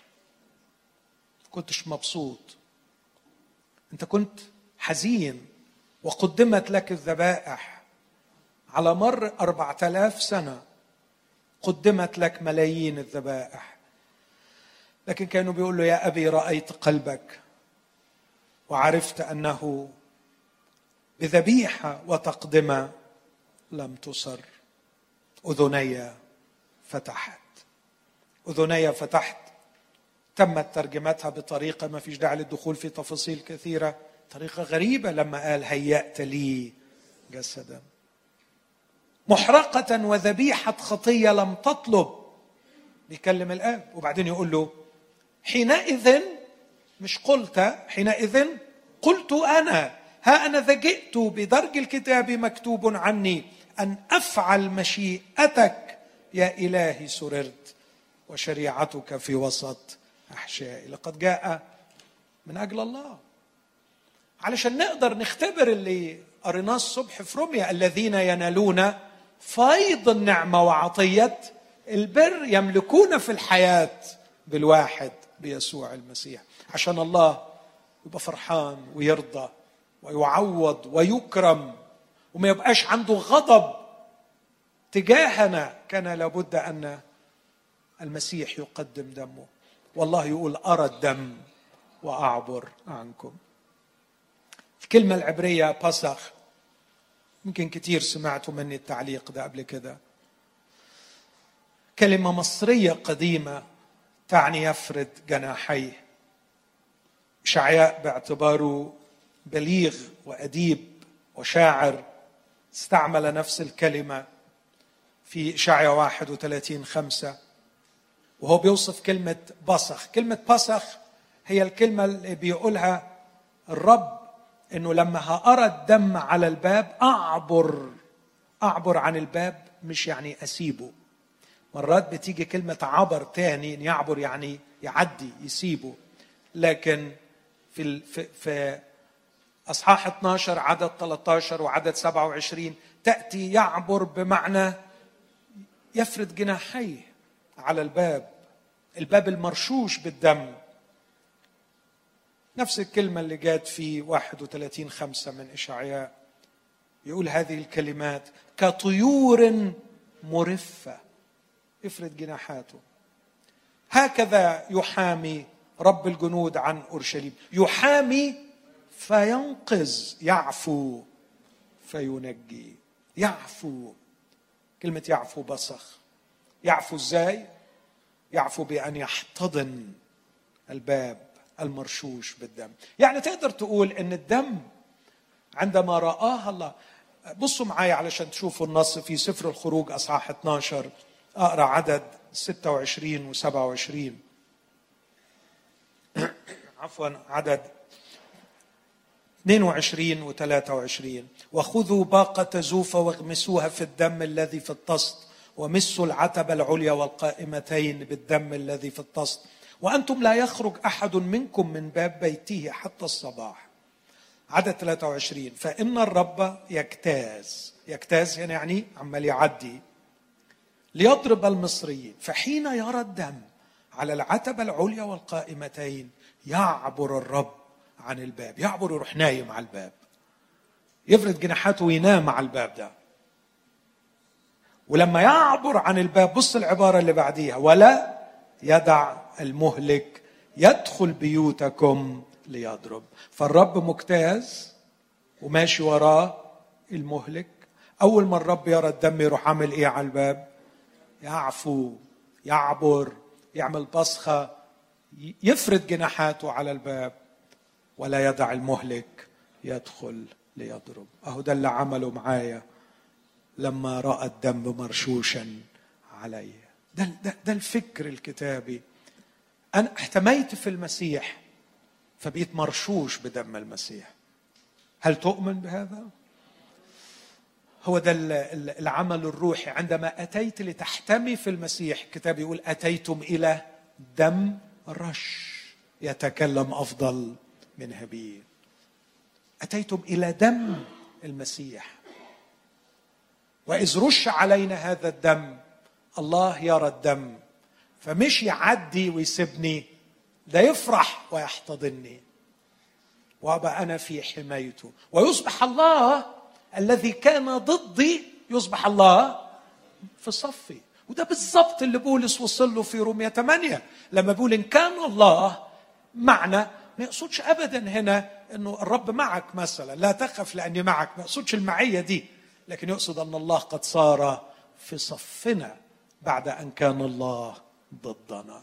كنتش مبسوط، انت كنت حزين، وقدمت لك الذبائح على مر أربعة آلاف سنة، قدمت لك ملايين الذبائح، لكن كانوا بيقولوا يا أبي رأيت قلبك وعرفت أنه بذبيحة وتقدمة لم تصر. أذني فتحت، أذني فتحت تمت ترجمتها بطريقة ما فيش داعي للدخول في تفاصيل كثيرة، طريقة غريبة لما قال هيأت لي جسدا محرقة وذبيحة خطية لم تطلب. بيكلم الآب وبعدين يقول له حينئذ، مش قلت، حينئذ قلت أنا ها أنا ذا جئت بدرج الكتاب مكتوب عني أن أفعل مشيئتك يا إلهي سررت وشريعتك في وسط أحشائي. لقد جاء من أجل الله، علشان نقدر نختبر اللي قريناه الصبح في روميا: الذين ينالون فيض النعمة وعطية البر يملكون في الحياة بالواحد بيسوع المسيح. عشان الله يبقى فرحان ويرضى ويعوض ويكرم وما يبقاش عنده غضب تجاهنا، كان لابد أن المسيح يقدم دمه. والله يقول أرى الدم وأعبر عنكم. الكلمة العبرية باسخ، يمكن كتير سمعتوا مني التعليق ده قبل كده، كلمة مصرية قديمة تعني يفرد جناحيه. إشعياء باعتباره بليغ وأديب وشاعر استعمل نفس الكلمة في إشعياء واحد وثلاثين خمسة وهو بيوصف كلمة باسخ. كلمة باسخ هي الكلمة اللي بيقولها الرب إنه لما هأرى الدم على الباب أعبر أعبر عن الباب، مش يعني أسيبه. مرات بتيجي كلمة عبر تاني، إن يعبر يعني يعدي يسيبه، لكن في في أصحاح اثنا عشر عدد ثلاثة عشر وعدد سبعة وعشرين تأتي يعبر بمعنى يفرد جناحيه على الباب، الباب المرشوش بالدم. نفس الكلمة اللي جات في واحد وثلاثين خمسة من إشعياء، يقول هذه الكلمات: كطيور مرفة، افرد جناحاته. هكذا يحامي رب الجنود عن أورشليم، يحامي فينقذ، يعفو فينجي. يعفو، كلمة يعفو بصخ. يعفو ازاي؟ يعفو بأن يحتضن الباب المرشوش بالدم. يعني تقدر تقول ان الدم عندما رآها الله، بصوا معايا علشان تشوفوا النص في سفر الخروج أصحاح اثنا عشر، أقرأ عدد ستة وعشرين وسبعة وعشرين عفوا عدد اثنين وعشرين وثلاثة وعشرين. وخذوا باقة زوفة واغمسوها في الدم الذي في الطست، ومسوا العتبة العليا والقائمتين بالدم الذي في الطست، وأنتم لا يخرج أحد منكم من باب بيته حتى الصباح. عدد ثلاثة وعشرين. فإن الرب يجتاز، يجتاز يعني عمال يعدي، ليضرب المصريين، فحين يرى الدم على العتبة العليا والقائمتين يعبر الرب عن الباب. يعبر، يروح نايم على الباب، يفرد جناحاته وينام على الباب ده. ولما يعبر عن الباب، بص العبارة اللي بعديها: ولا يدع المهلك يدخل بيوتكم ليضرب. فالرب مجتاز وماشي وراه المهلك. أول ما الرب يرى الدم يروح عامل إيه على الباب؟ يعفو، يعبر، يعمل بصخة يفرد جناحاته على الباب ولا يدع المهلك يدخل ليضرب. أهو ده اللي عمله معايا لما رأى الدم مرشوشا علي. ده, ده, ده الفكر الكتابي. أنا احتميت في المسيح فبقيت مرشوش بدم المسيح. هل تؤمن بهذا؟ هو ده العمل الروحي. عندما أتيت لتحتمي في المسيح، كتاب يقول أتيتم إلى دم رش يتكلم أفضل من هابيل. أتيتم إلى دم المسيح، وإذ رش علينا هذا الدم الله يرى الدم فمش يعدي ويسيبني، ده يفرح ويحتضني وأبقى أنا في حمايته، ويصبح الله الذي كان ضدي يصبح الله في صفي. وده بالضبط اللي بولس وصل له في رومية ثمانية لما بيقول إن كان الله معنا. ما يقصدش أبدا هنا أنه الرب معك مثلا، لا تخف لأني معك، ما يقصدش المعية دي، لكن يقصد أن الله قد صار في صفنا بعد أن كان الله ضدنا.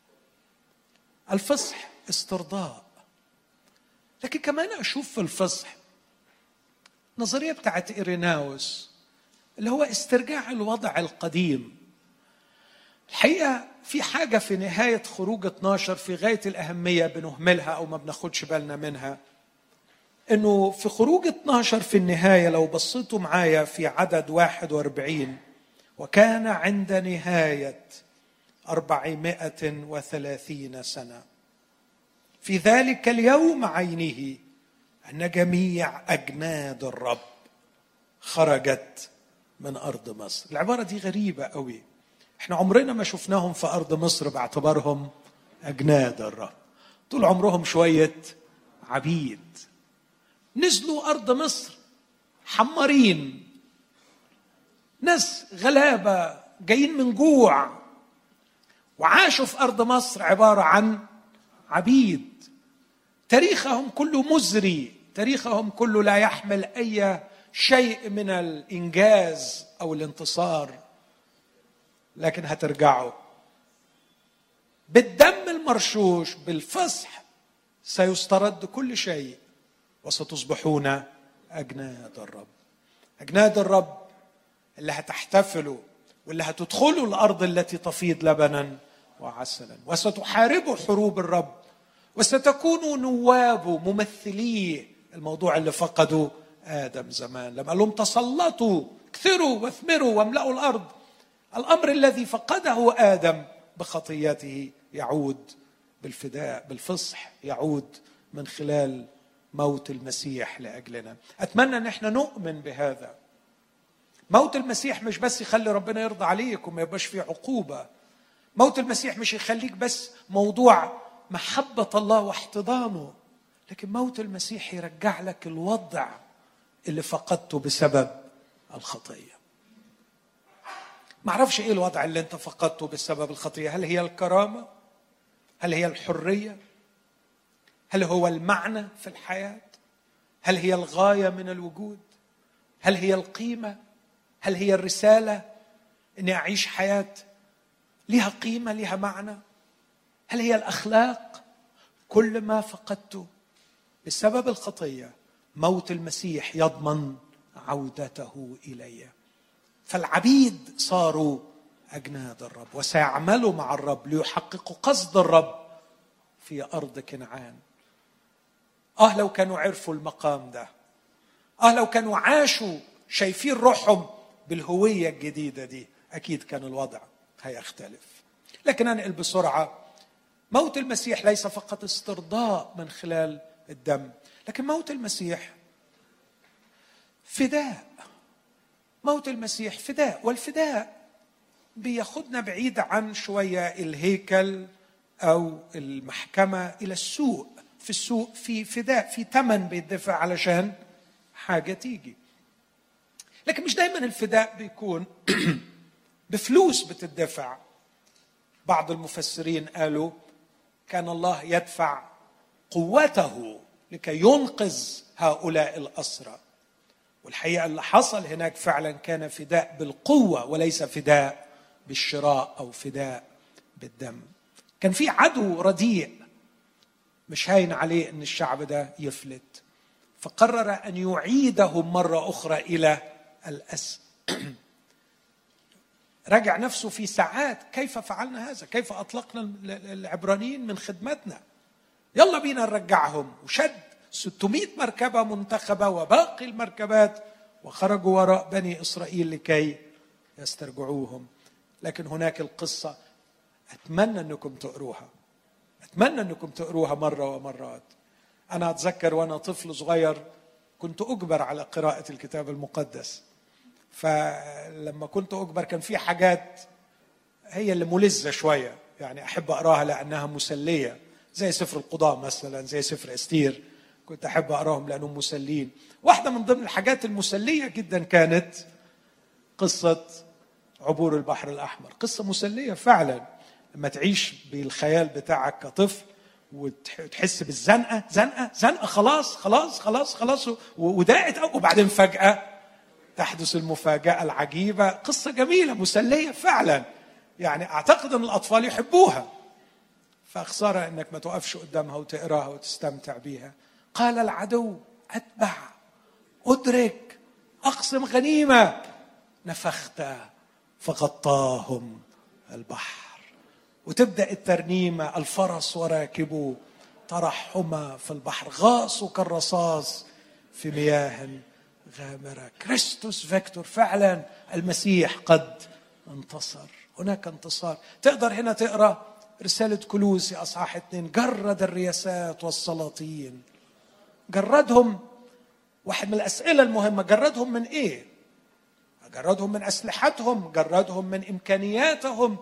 الفصح استرضاء، لكن كمان أشوف في الفصح نظرية بتاعت إيريناوس اللي هو استرجاع الوضع القديم. الحقيقة في حاجة في نهاية خروج اثناشر في غاية الأهمية بنهملها أو ما بناخدش بالنا منها، إنه في خروج اثناشر في النهاية لو بصيتوا معايا في عدد واحد وأربعين، وكان عند نهاية أربعمائة وثلاثين سنة في ذلك اليوم عينه أن جميع أجناد الرب خرجت من أرض مصر. العبارة دي غريبة قوي، احنا عمرنا ما شفناهم في أرض مصر باعتبارهم أجناد الرب، طول عمرهم شوية عبيد. نزلوا أرض مصر حمارين، ناس غلابة جايين من جوع، وعاشوا في أرض مصر عبارة عن عبيد. تاريخهم كله مزري، تاريخهم كله لا يحمل أي شيء من الإنجاز أو الانتصار، لكن هترجعوا بالدم المرشوش بالفصح، سيسترد كل شيء وستصبحون أجناد الرب. أجناد الرب اللي هتحتفلوا واللي هتدخلوا الأرض التي تفيض لبنا وعسلا، وستحاربوا حروب الرب، وستكونوا نوابه ممثليه. الموضوع اللي فقدوا آدم زمان لما قال لهم تسلطوا اكثروا واثمروا واملأوا الأرض، الأمر الذي فقده آدم بخطيته يعود بالفداء بالفصح، يعود من خلال موت المسيح لأجلنا. أتمنى أن احنا نؤمن بهذا. موت المسيح مش بس يخلي ربنا يرضى عليك وما يبقاش فيه عقوبة. موت المسيح مش يخليك بس موضوع محبة الله واحتضانه، لكن موت المسيح يرجع لك الوضع اللي فقدته بسبب الخطية. معرفش ايه الوضع اللي انت فقدته بسبب الخطية. هل هي الكرامة؟ هل هي الحرية؟ هل هو المعنى في الحياة؟ هل هي الغاية من الوجود؟ هل هي القيمة؟ هل هي الرسالة اني اعيش حياة لها قيمة لها معنى؟ هل هي الأخلاق؟ كل ما فقدته بسبب الخطية موت المسيح يضمن عودته إلي. فالعبيد صاروا أجناد الرب وسيعملوا مع الرب ليحققوا قصد الرب في أرض كنعان. آه لو كانوا عرفوا المقام ده، آه لو كانوا عاشوا شايفين روحهم بالهوية الجديدة دي، أكيد كان الوضع هيختلف. لكن أنقل بسرعة. موت المسيح ليس فقط استرضاء من خلال الدم، لكن موت المسيح فداء. موت المسيح فداء، والفداء بياخدنا بعيد عن شوية الهيكل أو المحكمة إلى السوق. في السوق في فداء، في ثمن بيدفع علشان حاجة تيجي، لكن مش دايما الفداء بيكون بفلوس بتدفع. بعض المفسرين قالوا كان الله يدفع قوته لكي ينقذ هؤلاء الأسرى، والحقيقة اللي حصل هناك فعلا كان فداء بالقوة وليس فداء بالشراء أو فداء بالدم. كان في عدو رديء مش هاين عليه ان الشعب ده يفلت، فقرر ان يعيدهم مرة اخرى الى الاسر. رجع نفسه في ساعات، كيف فعلنا هذا؟ كيف اطلقنا العبرانيين من خدمتنا؟ يلا بينا نرجعهم. وشد ستمائة مركبة منتخبة وباقي المركبات وخرجوا وراء بني إسرائيل لكي يسترجعوهم. لكن هناك القصة أتمنى أنكم تقروها، أتمنى أنكم تقروها مرة ومرات. أنا أتذكر وأنا طفل صغير كنت أجبر على قراءة الكتاب المقدس، فلما كنت أجبر كان في حاجات هي اللي ملزة شوية، يعني أحب أقراها لأنها مسلية، زي سفر القضاء مثلا، زي سفر أستير، كنت أحب أقراهم لأنهم مسلين. واحدة من ضمن الحاجات المسلية جدا كانت قصة عبور البحر الأحمر. قصة مسلية فعلا لما تعيش بالخيال بتاعك كطفل وتحس بالزنقة، زنقة زنقة خلاص خلاص خلاص خلاص وداقت، وبعدين فجأة تحدث المفاجأة العجيبة. قصة جميلة مسلية فعلا، يعني أعتقد أن الأطفال يحبوها، فخسارة أنك ما توقفش قدامها وتقراها وتستمتع بيها. قال العدو أتبع، أدرك، أقسم غنيمة، نفخت فغطاهم البحر. وتبدأ الترنيمة، الفرس وراكبه ترحما في البحر، غاصوا كالرصاص في مياه غامرة. كريستوس فيكتور، فعلا المسيح قد انتصر، هناك انتصار. تقدر هنا تقرأ رسالة كولوسي أصحاح اثنين، جرد الرياسات والسلاطين. جردهم، واحد من الأسئلة المهمة، جردهم من إيه؟ جردهم من أسلحتهم، جردهم من إمكانياتهم.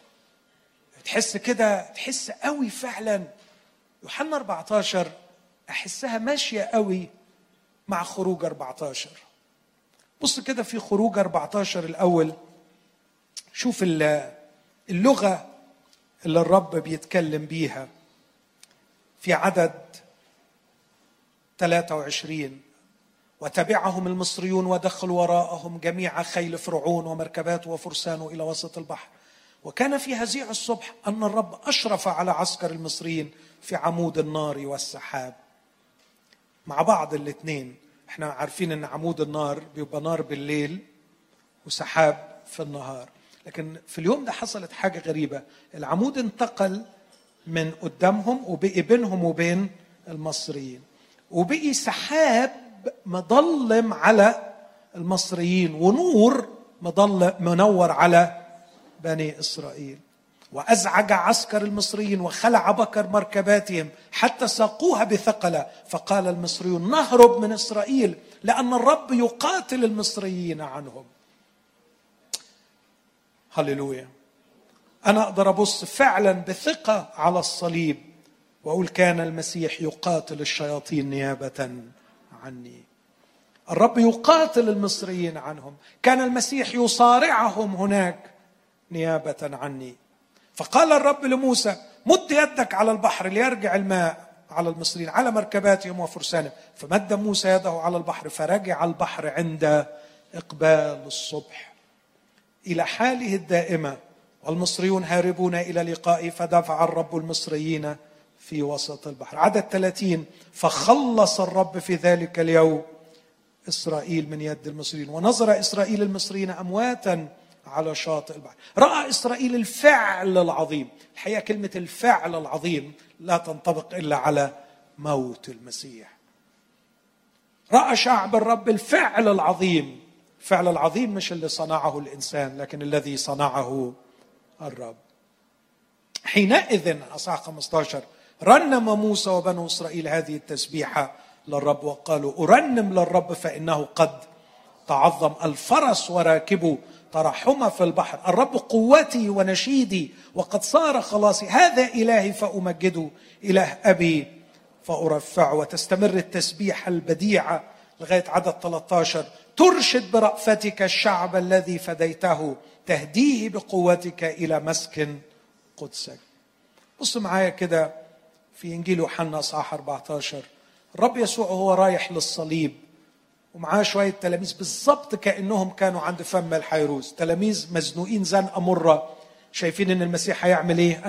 تحس كده، تحس قوي فعلا. يوحنا أربعة عشر أحسها ماشية قوي مع خروج أربعة عشر. بص كده في خروج أربعة عشر الأول، شوف اللغة اللي الرب بيتكلم بيها في عدد ثلاثة وعشرين. وتبعهم المصريون ودخلوا وراءهم جميع خيل فرعون ومركباته وفرسانه إلى وسط البحر. وكان في هزيع الصبح أن الرب أشرف على عسكر المصريين في عمود النار والسحاب. مع بعض الاثنين، احنا عارفين ان عمود النار بيبقى نار بالليل وسحاب في النهار، لكن في اليوم ده حصلت حاجة غريبة. العمود انتقل من قدامهم وبقي بينهم وبين المصريين، وبقي سحاب مظلم على المصريين ونور مظلم منور على بني إسرائيل. وأزعج عسكر المصريين وخلع بكر مركباتهم حتى ساقوها بثقلة، فقال المصريون نهرب من إسرائيل لأن الرب يقاتل المصريين عنهم. هللويا. أنا أقدر أبص فعلا بثقة على الصليب وأقول كان المسيح يقاتل الشياطين نيابة عني. الرب يقاتل المصريين عنهم، كان المسيح يصارعهم هناك نيابة عني. فقال الرب لموسى مد يدك على البحر ليرجع الماء على المصريين على مركباتهم وفرسانهم. فمد موسى يده على البحر فرجع البحر عند إقبال الصبح إلى حاله الدائمة، والمصريون هاربون إلى لقائه، فدفع الرب المصريين في وسط البحر. عدد ثلاثين. فخلص الرب في ذلك اليوم إسرائيل من يد المصريين، ونظر إسرائيل المصريين أمواتا على شاطئ البحر. رأى إسرائيل الفعل العظيم. الحقيقة كلمة الفعل العظيم لا تنطبق إلا على موت المسيح. رأى شعب الرب الفعل العظيم. الفعل العظيم مش اللي صنعه الإنسان، لكن الذي صنعه الرب. حينئذ أصحاح خمسة عشر رنم موسى وبنو إسرائيل هذه التسبيحة للرب وقالوا أرنم للرب فإنه قد تعظم. الفرس وراكبه ترحم في البحر. الرب قوتي ونشيدي وقد صار خلاصي. هذا إلهي فأمجده، إله أبي فأرفعه. وتستمر التسبيحة البديعة لغاية عدد ثلاثة عشر. ترشد برأفتك الشعب الذي فديته، تهديه بقوتك إلى مسكن قدسك. بص معايا كده في إنجيل يوحنا أصحاح أربعة عشر. الرب يسوع هو رايح للصليب ومعاه شوية تلاميذ بالضبط كأنهم كانوا عند فم الحيروز، تلاميذ مزنوقين زنقة مرة، شايفين إن المسيح هيعمل إيه؟ أه؟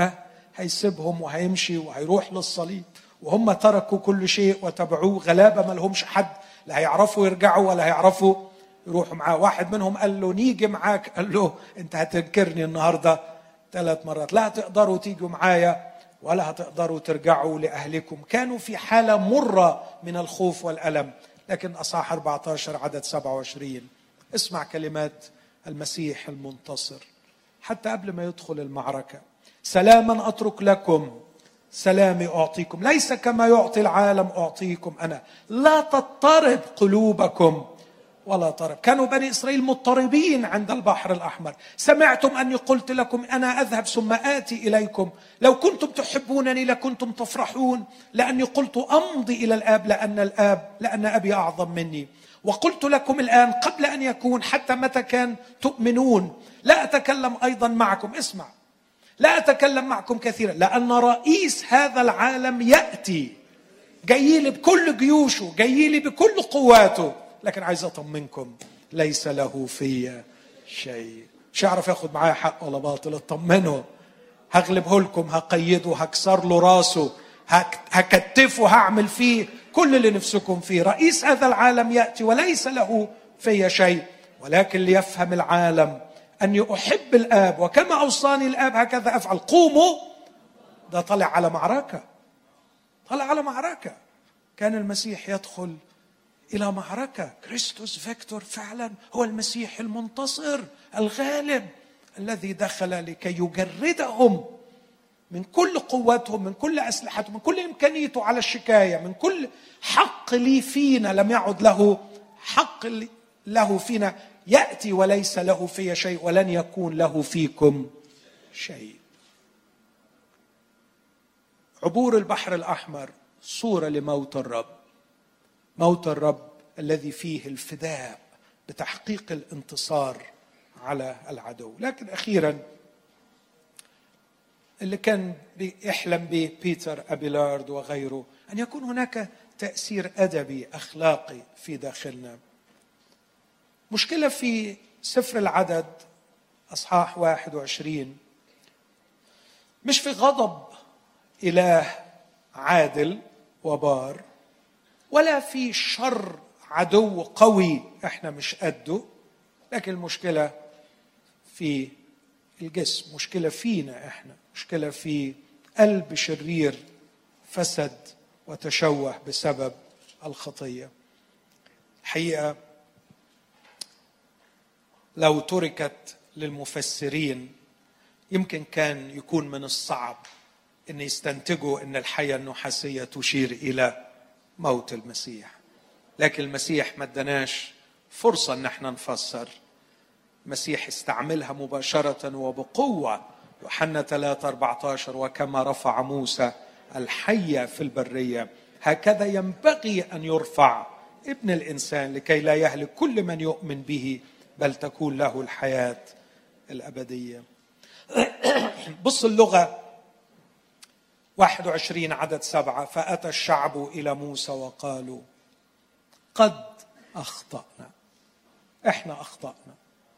هيسيبهم وهيمشي وهيروح للصليب، وهم تركوا كل شيء وتبعوه. غلابة ما لهمش حد، لا هيعرفوا يرجعوا ولا هيعرفوا يروحوا معاه. واحد منهم قال له نيجي معاك، قال له انت هتنكرني النهاردة ثلاث مرات، لا هتقدروا تيجوا معايا ولا هتقدروا ترجعوا لأهلكم. كانوا في حالة مرة من الخوف والألم. لكن أصحاح أربعة عشر عدد سبعة وعشرين اسمع كلمات المسيح المنتصر حتى قبل ما يدخل المعركة: سلاما أترك لكم، سلامي أعطيكم، ليس كما يعطي العالم أعطيكم أنا، لا تضطرب قلوبكم ولا طرب. كانوا بني إسرائيل مضطربين عند البحر الأحمر. سمعتم أني قلت لكم أنا أذهب ثم آتي إليكم، لو كنتم تحبونني لكنتم تفرحون، لأني قلت أمضي إلى الآب لأن الآب لأن أبي أعظم مني. وقلت لكم الآن قبل أن يكون، حتى متى كان تؤمنون. لا أتكلم أيضا معكم، اسمع، لا أتكلم معكم كثيرا لأن رئيس هذا العالم يأتي، جاي لي بكل جيوشه، جاي لي بكل قواته، لكن عايز أطمنكم ليس له في شيء. مش هعرف ياخد معايا حق ولا باطل، اطمنوا، هغلبه لكم، هقيده، هكسر له راسه، هكتفه، هعمل فيه كل اللي نفسكم فيه. رئيس هذا العالم يأتي وليس له في شيء، ولكن ليفهم العالم أني أحب الآب، وكما أوصاني الآب هكذا أفعل. قوموا. ده طلع على معركة، طلع على معركة. كان المسيح يدخل إلى معركة. كريستوس فيكتور، فعلا هو المسيح المنتصر الغالب الذي دخل لكي يجردهم من كل قوتهم، من كل أسلحتهم، من كل إمكانيته على الشكاية، من كل حق لي فينا لم يعد له حق له فينا. يأتي وليس له في شيء، ولن يكون له فيكم شيء. عبور البحر الأحمر صورة لموت الرب، موت الرب الذي فيه الفداء بتحقيق الانتصار على العدو. لكن أخيرا اللي كان بيحلم به بيتر أبيلارد وغيره، أن يكون هناك تأثير أدبي أخلاقي في داخلنا. مشكلة في سفر العدد أصحاح واحد وعشرين مش في غضب إله عادل وبار، ولا في شر عدو قوي احنا مش قده، لكن المشكلة في الجسم، مشكلة فينا احنا، مشكلة في قلب شرير فسد وتشوه بسبب الخطية. الحقيقة لو تركت للمفسرين يمكن كان يكون من الصعب ان يستنتجوا ان الحياة النحاسية تشير الى موت المسيح، لكن المسيح ما ادناش فرصة ان احنا نفسر. المسيح استعملها مباشرة وبقوة. يوحنا ثلاثة أربعة عشر: وكما رفع موسى الحية في البرية هكذا ينبغي أن يرفع ابن الإنسان لكي لا يهلك كل من يؤمن به بل تكون له الحياة الأبدية. بص اللغة واحد وعشرين عدد سبعة: فأتى الشعب إلى موسى وقالوا قد أخطأنا. إحنا أخطأنا.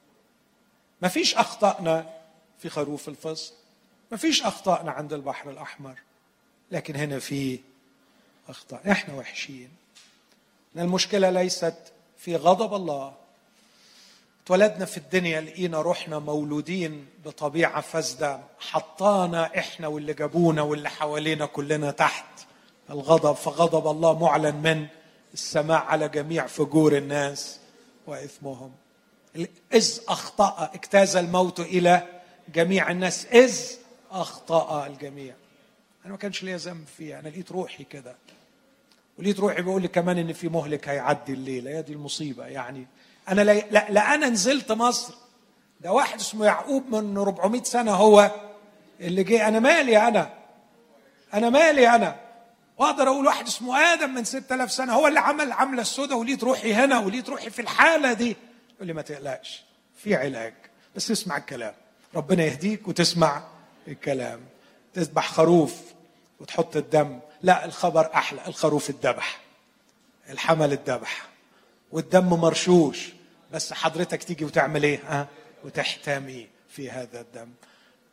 ما فيش أخطأنا في خروف الفصل، ما فيش أخطأنا عند البحر الأحمر، لكن هنا في أخطاء. إحنا وحشين. المشكلة ليست في غضب الله. اتولدنا في الدنيا لقينا روحنا مولودين بطبيعة فاسدة حطانا إحنا واللي جابونا واللي حوالينا كلنا تحت الغضب، فغضب الله معلن من السماء على جميع فجور الناس وإثمهم. إذ أخطأ اجتاز الموت إلى جميع الناس، إذ أخطأ الجميع. أنا ما كانش ليا ذنب فيها، أنا لقيت روحي كده، ولقيت روحي بيقول لي كمان إن في مهلك هيعدي الليلة. يا دي المصيبة. يعني أنا لا, لا, لا أنا نزلت مصر، ده واحد اسمه يعقوب من أربعمائة سنة هو اللي جه. أنا مالي أنا أنا مالي أنا وأقدر أقول واحد اسمه آدم من ستة آلاف سنة هو اللي عمل عملة السوداء، ولقيت روحي هنا ولقيت روحي في الحالة دي. يقول لي ما تقلقش، في علاج، بس اسمع الكلام. ربنا يهديك وتسمع الكلام. تذبح خروف وتحط الدم، لا الخبر أحلى، الخروف الذبح، الحمل الذبح والدم مرشوش، بس حضرتك تيجي وتعمل ايه؟ ها؟ وتحتمي في هذا الدم.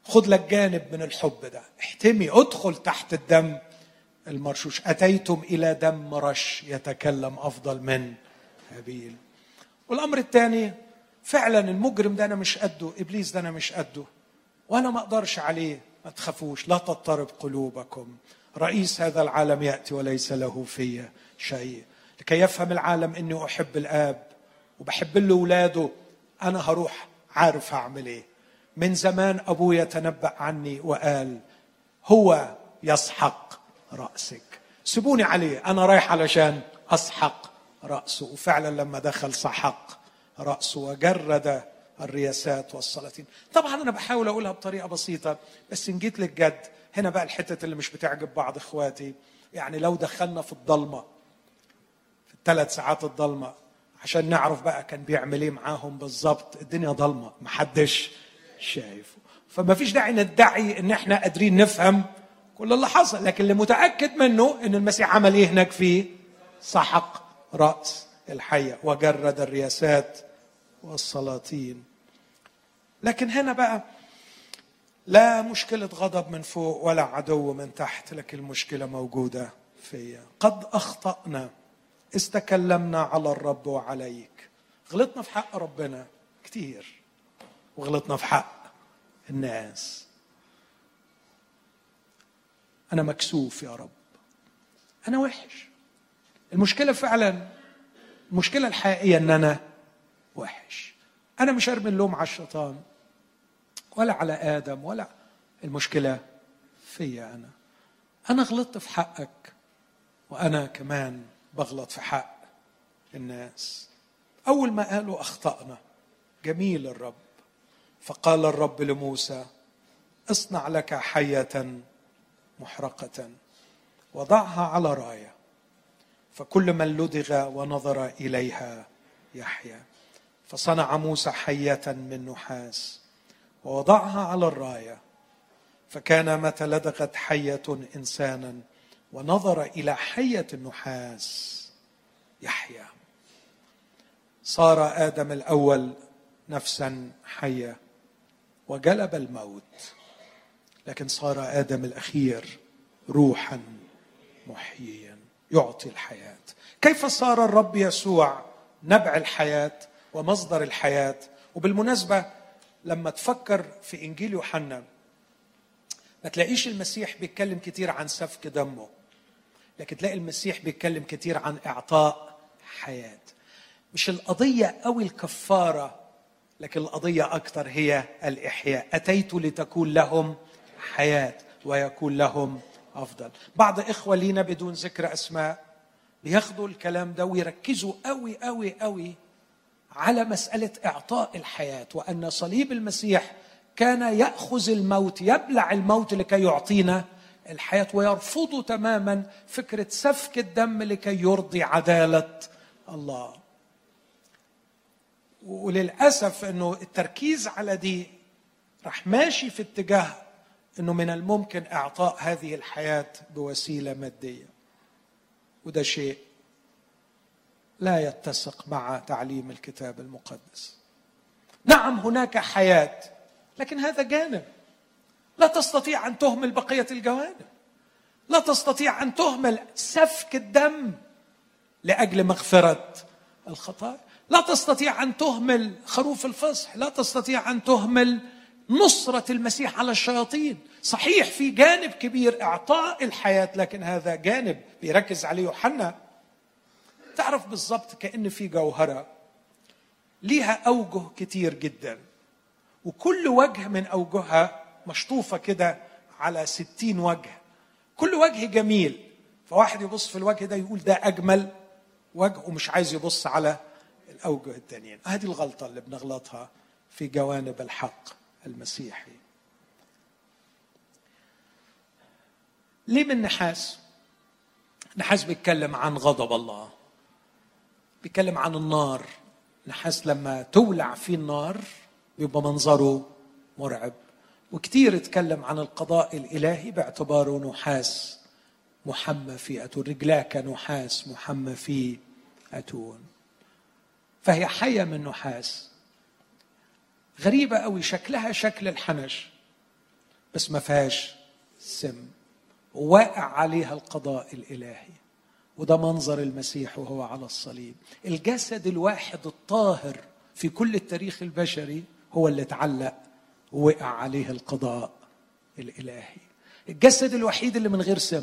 خد لك جانب من الحب ده، احتمي، ادخل تحت الدم المرشوش. أتيتم إلى دم رش يتكلم أفضل من هابيل. والأمر الثاني، فعلا المجرم ده أنا مش قده، إبليس ده أنا مش قده وأنا ما أقدرش عليه. ما تخافوش، لا تضطرب قلوبكم، رئيس هذا العالم يأتي وليس له في شيء. لكي يفهم العالم أني أحب الآب وبحب له أولاده، أنا هروح عارف هعمل إيه. من زمان أبويا تنبأ عني وقال هو يسحق رأسك، سيبوني عليه، أنا رايح علشان أسحق رأسه. وفعلا لما دخل سحق رأسه وجرد الرياسات والسلاطين. طبعا أنا بحاول أقولها بطريقة بسيطة، بس إن جيت للجد هنا بقى الحتة اللي مش بتعجب بعض إخواتي. يعني لو دخلنا في الضلمة، في الثلاث ساعات الضلمة، عشان نعرف بقى كان بيعمل إيه معاهم بالضبط. الدنيا ضلمة، محدش شايفه، فما فيش داعي ندعي إن إحنا قادرين نفهم كل اللي حصل. لكن اللي متأكد منه إن المسيح عمل إيه هناك فيه؟ سحق رأس الحية وجرد الرياسات والسلاطين. لكن هنا بقى لا مشكلة غضب من فوق ولا عدو من تحت، لكن المشكلة موجودة فيا. قد أخطأنا، استكلمنا على الرب وعليك. غلطنا في حق ربنا كتير وغلطنا في حق الناس. أنا مكسوف يا رب، أنا وحش. المشكلة فعلا، المشكلة الحقيقية أن أنا وحش. أنا مش أرمي اللوم على الشيطان ولا على آدم، ولا المشكلة فيا أنا. أنا غلطت في حقك وأنا كمان بغلط في حق الناس. أول ما قالوا أخطأنا، جميل الرب. فقال الرب لموسى اصنع لك حية محرقة وضعها على راية، فكل من لدغ ونظر إليها يحيا. فصنع موسى حية من نحاس ووضعها على الراية، فكان متى لدغت حية إنسانا ونظر إلى حية النحاس يحيا. صار آدم الأول نفسا حية وجلب الموت، لكن صار آدم الأخير روحا محييا يعطي الحياة. كيف صار الرب يسوع نبع الحياة ومصدر الحياة؟ وبالمناسبة لما تفكر في إنجيل يوحنا ما تلاقيش المسيح بيتكلم كتير عن سفك دمه، لكن تلاقي المسيح بيتكلم كتير عن إعطاء حياة. مش القضية أو الكفارة، لكن القضية أكتر هي الإحياء. أتيت لتكون لهم حياة ويكون لهم أفضل. بعض إخوة لينا بدون ذكر أسماء بياخدوا الكلام ده ويركزوا قوي قوي قوي على مسألة إعطاء الحياة، وأن صليب المسيح كان يأخذ الموت، يبلع الموت لكي يعطينا الحياة، ويرفضوا تماما فكرة سفك الدم لكي يرضي عدالة الله. وللأسف أنه التركيز على دي رح ماشي في اتجاه أنه من الممكن إعطاء هذه الحياة بوسيلة مادية، وده شيء لا يتسق مع تعليم الكتاب المقدس. نعم هناك حياة، لكن هذا جانب، لا تستطيع أن تهمل بقية الجوانب. لا تستطيع أن تهمل سفك الدم لأجل مغفرة الخطايا. لا تستطيع أن تهمل خروف الفصح. لا تستطيع أن تهمل نصرة المسيح على الشياطين. صحيح في جانب كبير إعطاء الحياة، لكن هذا جانب بيركز عليه يوحنا. تعرف بالضبط كأن في جوهرة ليها أوجه كتير جدا، وكل وجه من أوجهها مشطوفة كده على ستين وجه، كل وجه جميل. فواحد يبص في الوجه ده يقول ده أجمل وجه، ومش عايز يبص على الأوجه التانيين. هذه الغلطة اللي بنغلطها في جوانب الحق المسيحي. ليه من نحاس؟ نحاس بيتكلم عن غضب الله، بيتكلم عن النار. نحاس لما تولع فيه النار بيبقى منظره مرعب. وكتير اتكلم عن القضاء الإلهي باعتباره نحاس محمى في أتون، رجلاه كنحاس محمى في أتون. فهي حية من نحاس غريبة قوي، شكلها شكل الحنش، بس ما فيهاش سم، واقع عليها القضاء الإلهي. وده منظر المسيح وهو على الصليب. الجسد الواحد الطاهر في كل التاريخ البشري هو اللي اتعلق ووقع عليه القضاء الإلهي. الجسد الوحيد اللي من غير سم.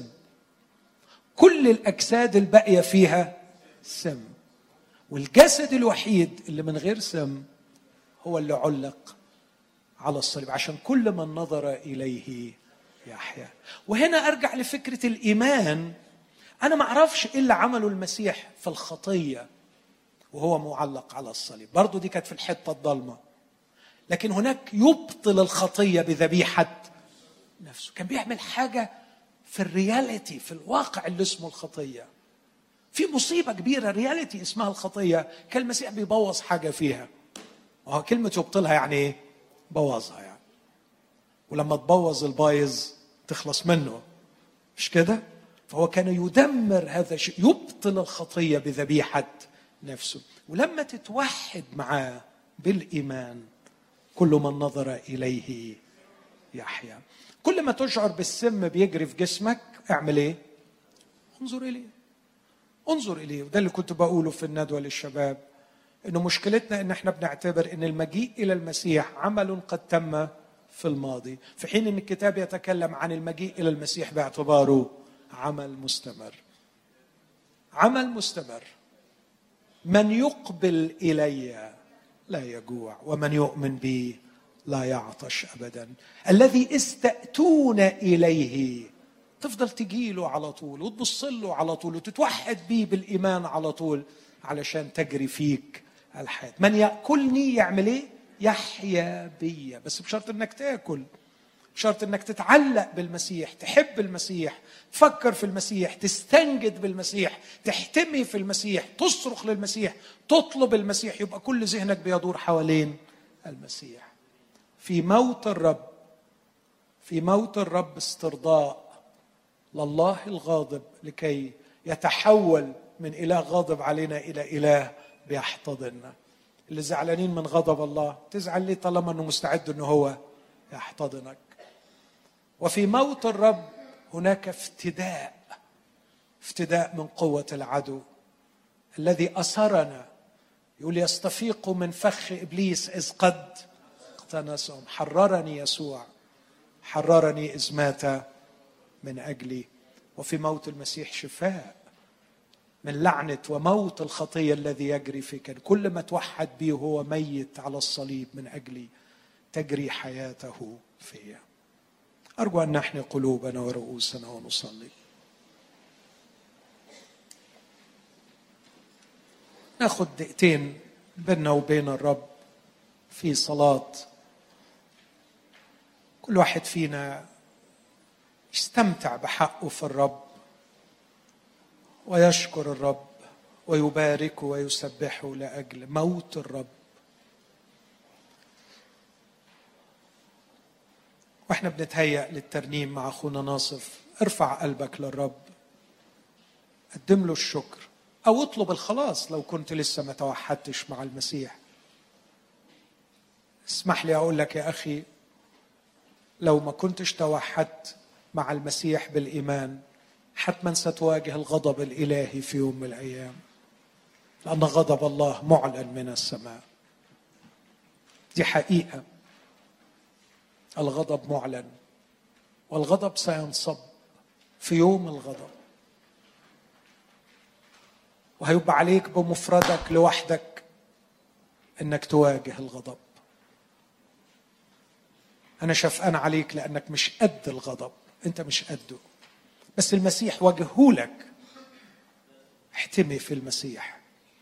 كل الأجساد الباقية فيها سم، والجسد الوحيد اللي من غير سم هو اللي علق على الصليب عشان كل من نظر إليه يحيا. وهنا أرجع لفكرة الإيمان. أنا ما أعرفش إيه اللي عمله المسيح في الخطية وهو معلق على الصليب، برضو دي كانت في الحتة الضلمة، لكن هناك يبطل الخطية بذبيحة نفسه. كان بيعمل حاجة في الرياليتي، في الواقع اللي اسمه الخطية. في مصيبة كبيرة رياليتي اسمها الخطية، كان المسيح بيبوظ حاجة فيها. وهو كلمة يبطلها يعني ايه؟ بوظها يعني. ولما تبوظ البايظ تخلص منه، مش كده؟ فهو كان يدمر هذا الشيء، يبطل الخطية بذبيحة نفسه. ولما تتوحد معاه بالإيمان كل من نظر إليه يحيا. كل ما تشعر بالسم بيجري في جسمك اعمل ايه؟ انظر إليه، انظر إليه. وده اللي كنت بقوله في الندوة للشباب، إنه مشكلتنا إن إحنا بنعتبر إن المجيء إلى المسيح عمل قد تم في الماضي، في حين إن الكتاب يتكلم عن المجيء إلى المسيح باعتباره عمل مستمر. عمل مستمر. من يقبل إلي لا يجوع، ومن يؤمن بي لا يعطش أبدا. الذي استأتون إليه تفضل تجيله على طول وتبص له على طول وتتوحد بيه بالإيمان على طول علشان تجري فيك الحياة. من يأكلني يعمل إيه؟ يحيا بي، بس بشرط إنك تأكل، بشرط إنك تتعلق بالمسيح، تحب المسيح، تفكر في المسيح، تستنجد بالمسيح، تحتمي في المسيح، تصرخ للمسيح، تطلب المسيح، يبقى كل ذهنك بيدور حوالين المسيح. في موت الرب، في موت الرب استرضاء لله الغاضب لكي يتحول من إله غاضب علينا إلى إله بيحتضننا. اللي زعلانين من غضب الله تزعل ليه طالما أنه مستعد أنه هو يحتضنك. وفي موت الرب هناك افتداء، افتداء من قوة العدو الذي أسرنا. يقول يستفيق من فخ إبليس إذ قد اقتنصهم. حررني يسوع، حررني إذ مات من أجلي. وفي موت المسيح شفاء من لعنة وموت الخطية الذي يجري فيك. كل ما توحد به هو ميت على الصليب من أجلي، تجري حياته فيا. أرجو أن نحن قلوبنا ورؤوسنا ونصلي. ناخد دقيقتين بيننا وبين الرب في صلاة. كل واحد فينا يستمتع بحقه في الرب ويشكر الرب ويباركه ويسبحه لأجل موت الرب. واحنا بنتهيأ للترنيم مع أخونا ناصف، ارفع قلبك للرب، قدم له الشكر أو اطلب الخلاص لو كنت لسه ما توحدتش مع المسيح. اسمح لي أقول لك يا أخي، لو ما كنتش توحدت مع المسيح بالإيمان حتما ستواجه الغضب الإلهي في يوم من الأيام، لأن غضب الله معلن من السماء. دي حقيقة، الغضب معلن، والغضب سينصب في يوم الغضب، وهيبقى عليك بمفردك لوحدك انك تواجه الغضب. انا شفقان عليك لانك مش قد الغضب، انت مش قده، بس المسيح واجههولك. احتمي في المسيح.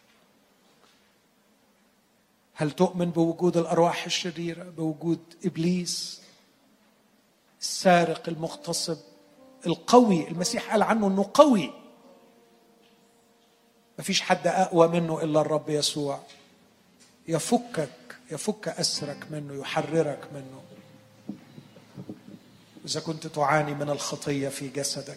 هل تؤمن بوجود الارواح الشريره، بوجود ابليس السارق المغتصب القوي؟ المسيح قال عنه انه قوي، مفيش حد اقوى منه الا الرب يسوع. يفكك يفك اسرك منه، يحررك منه. اذا كنت تعاني من الخطيه في جسدك،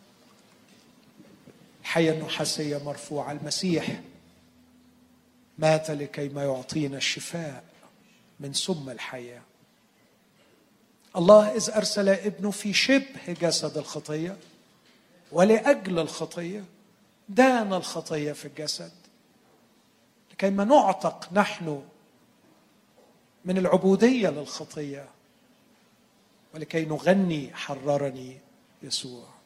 الحية النحاسية مرفوعة. المسيح مات لكي ما يعطينا الشفاء من سم الحياة. الله إذ أرسل ابنه في شبه جسد الخطية ولأجل الخطية دان الخطية في الجسد، لكيما نعتق نحن من العبودية للخطية ولكي نغني حررني يسوع.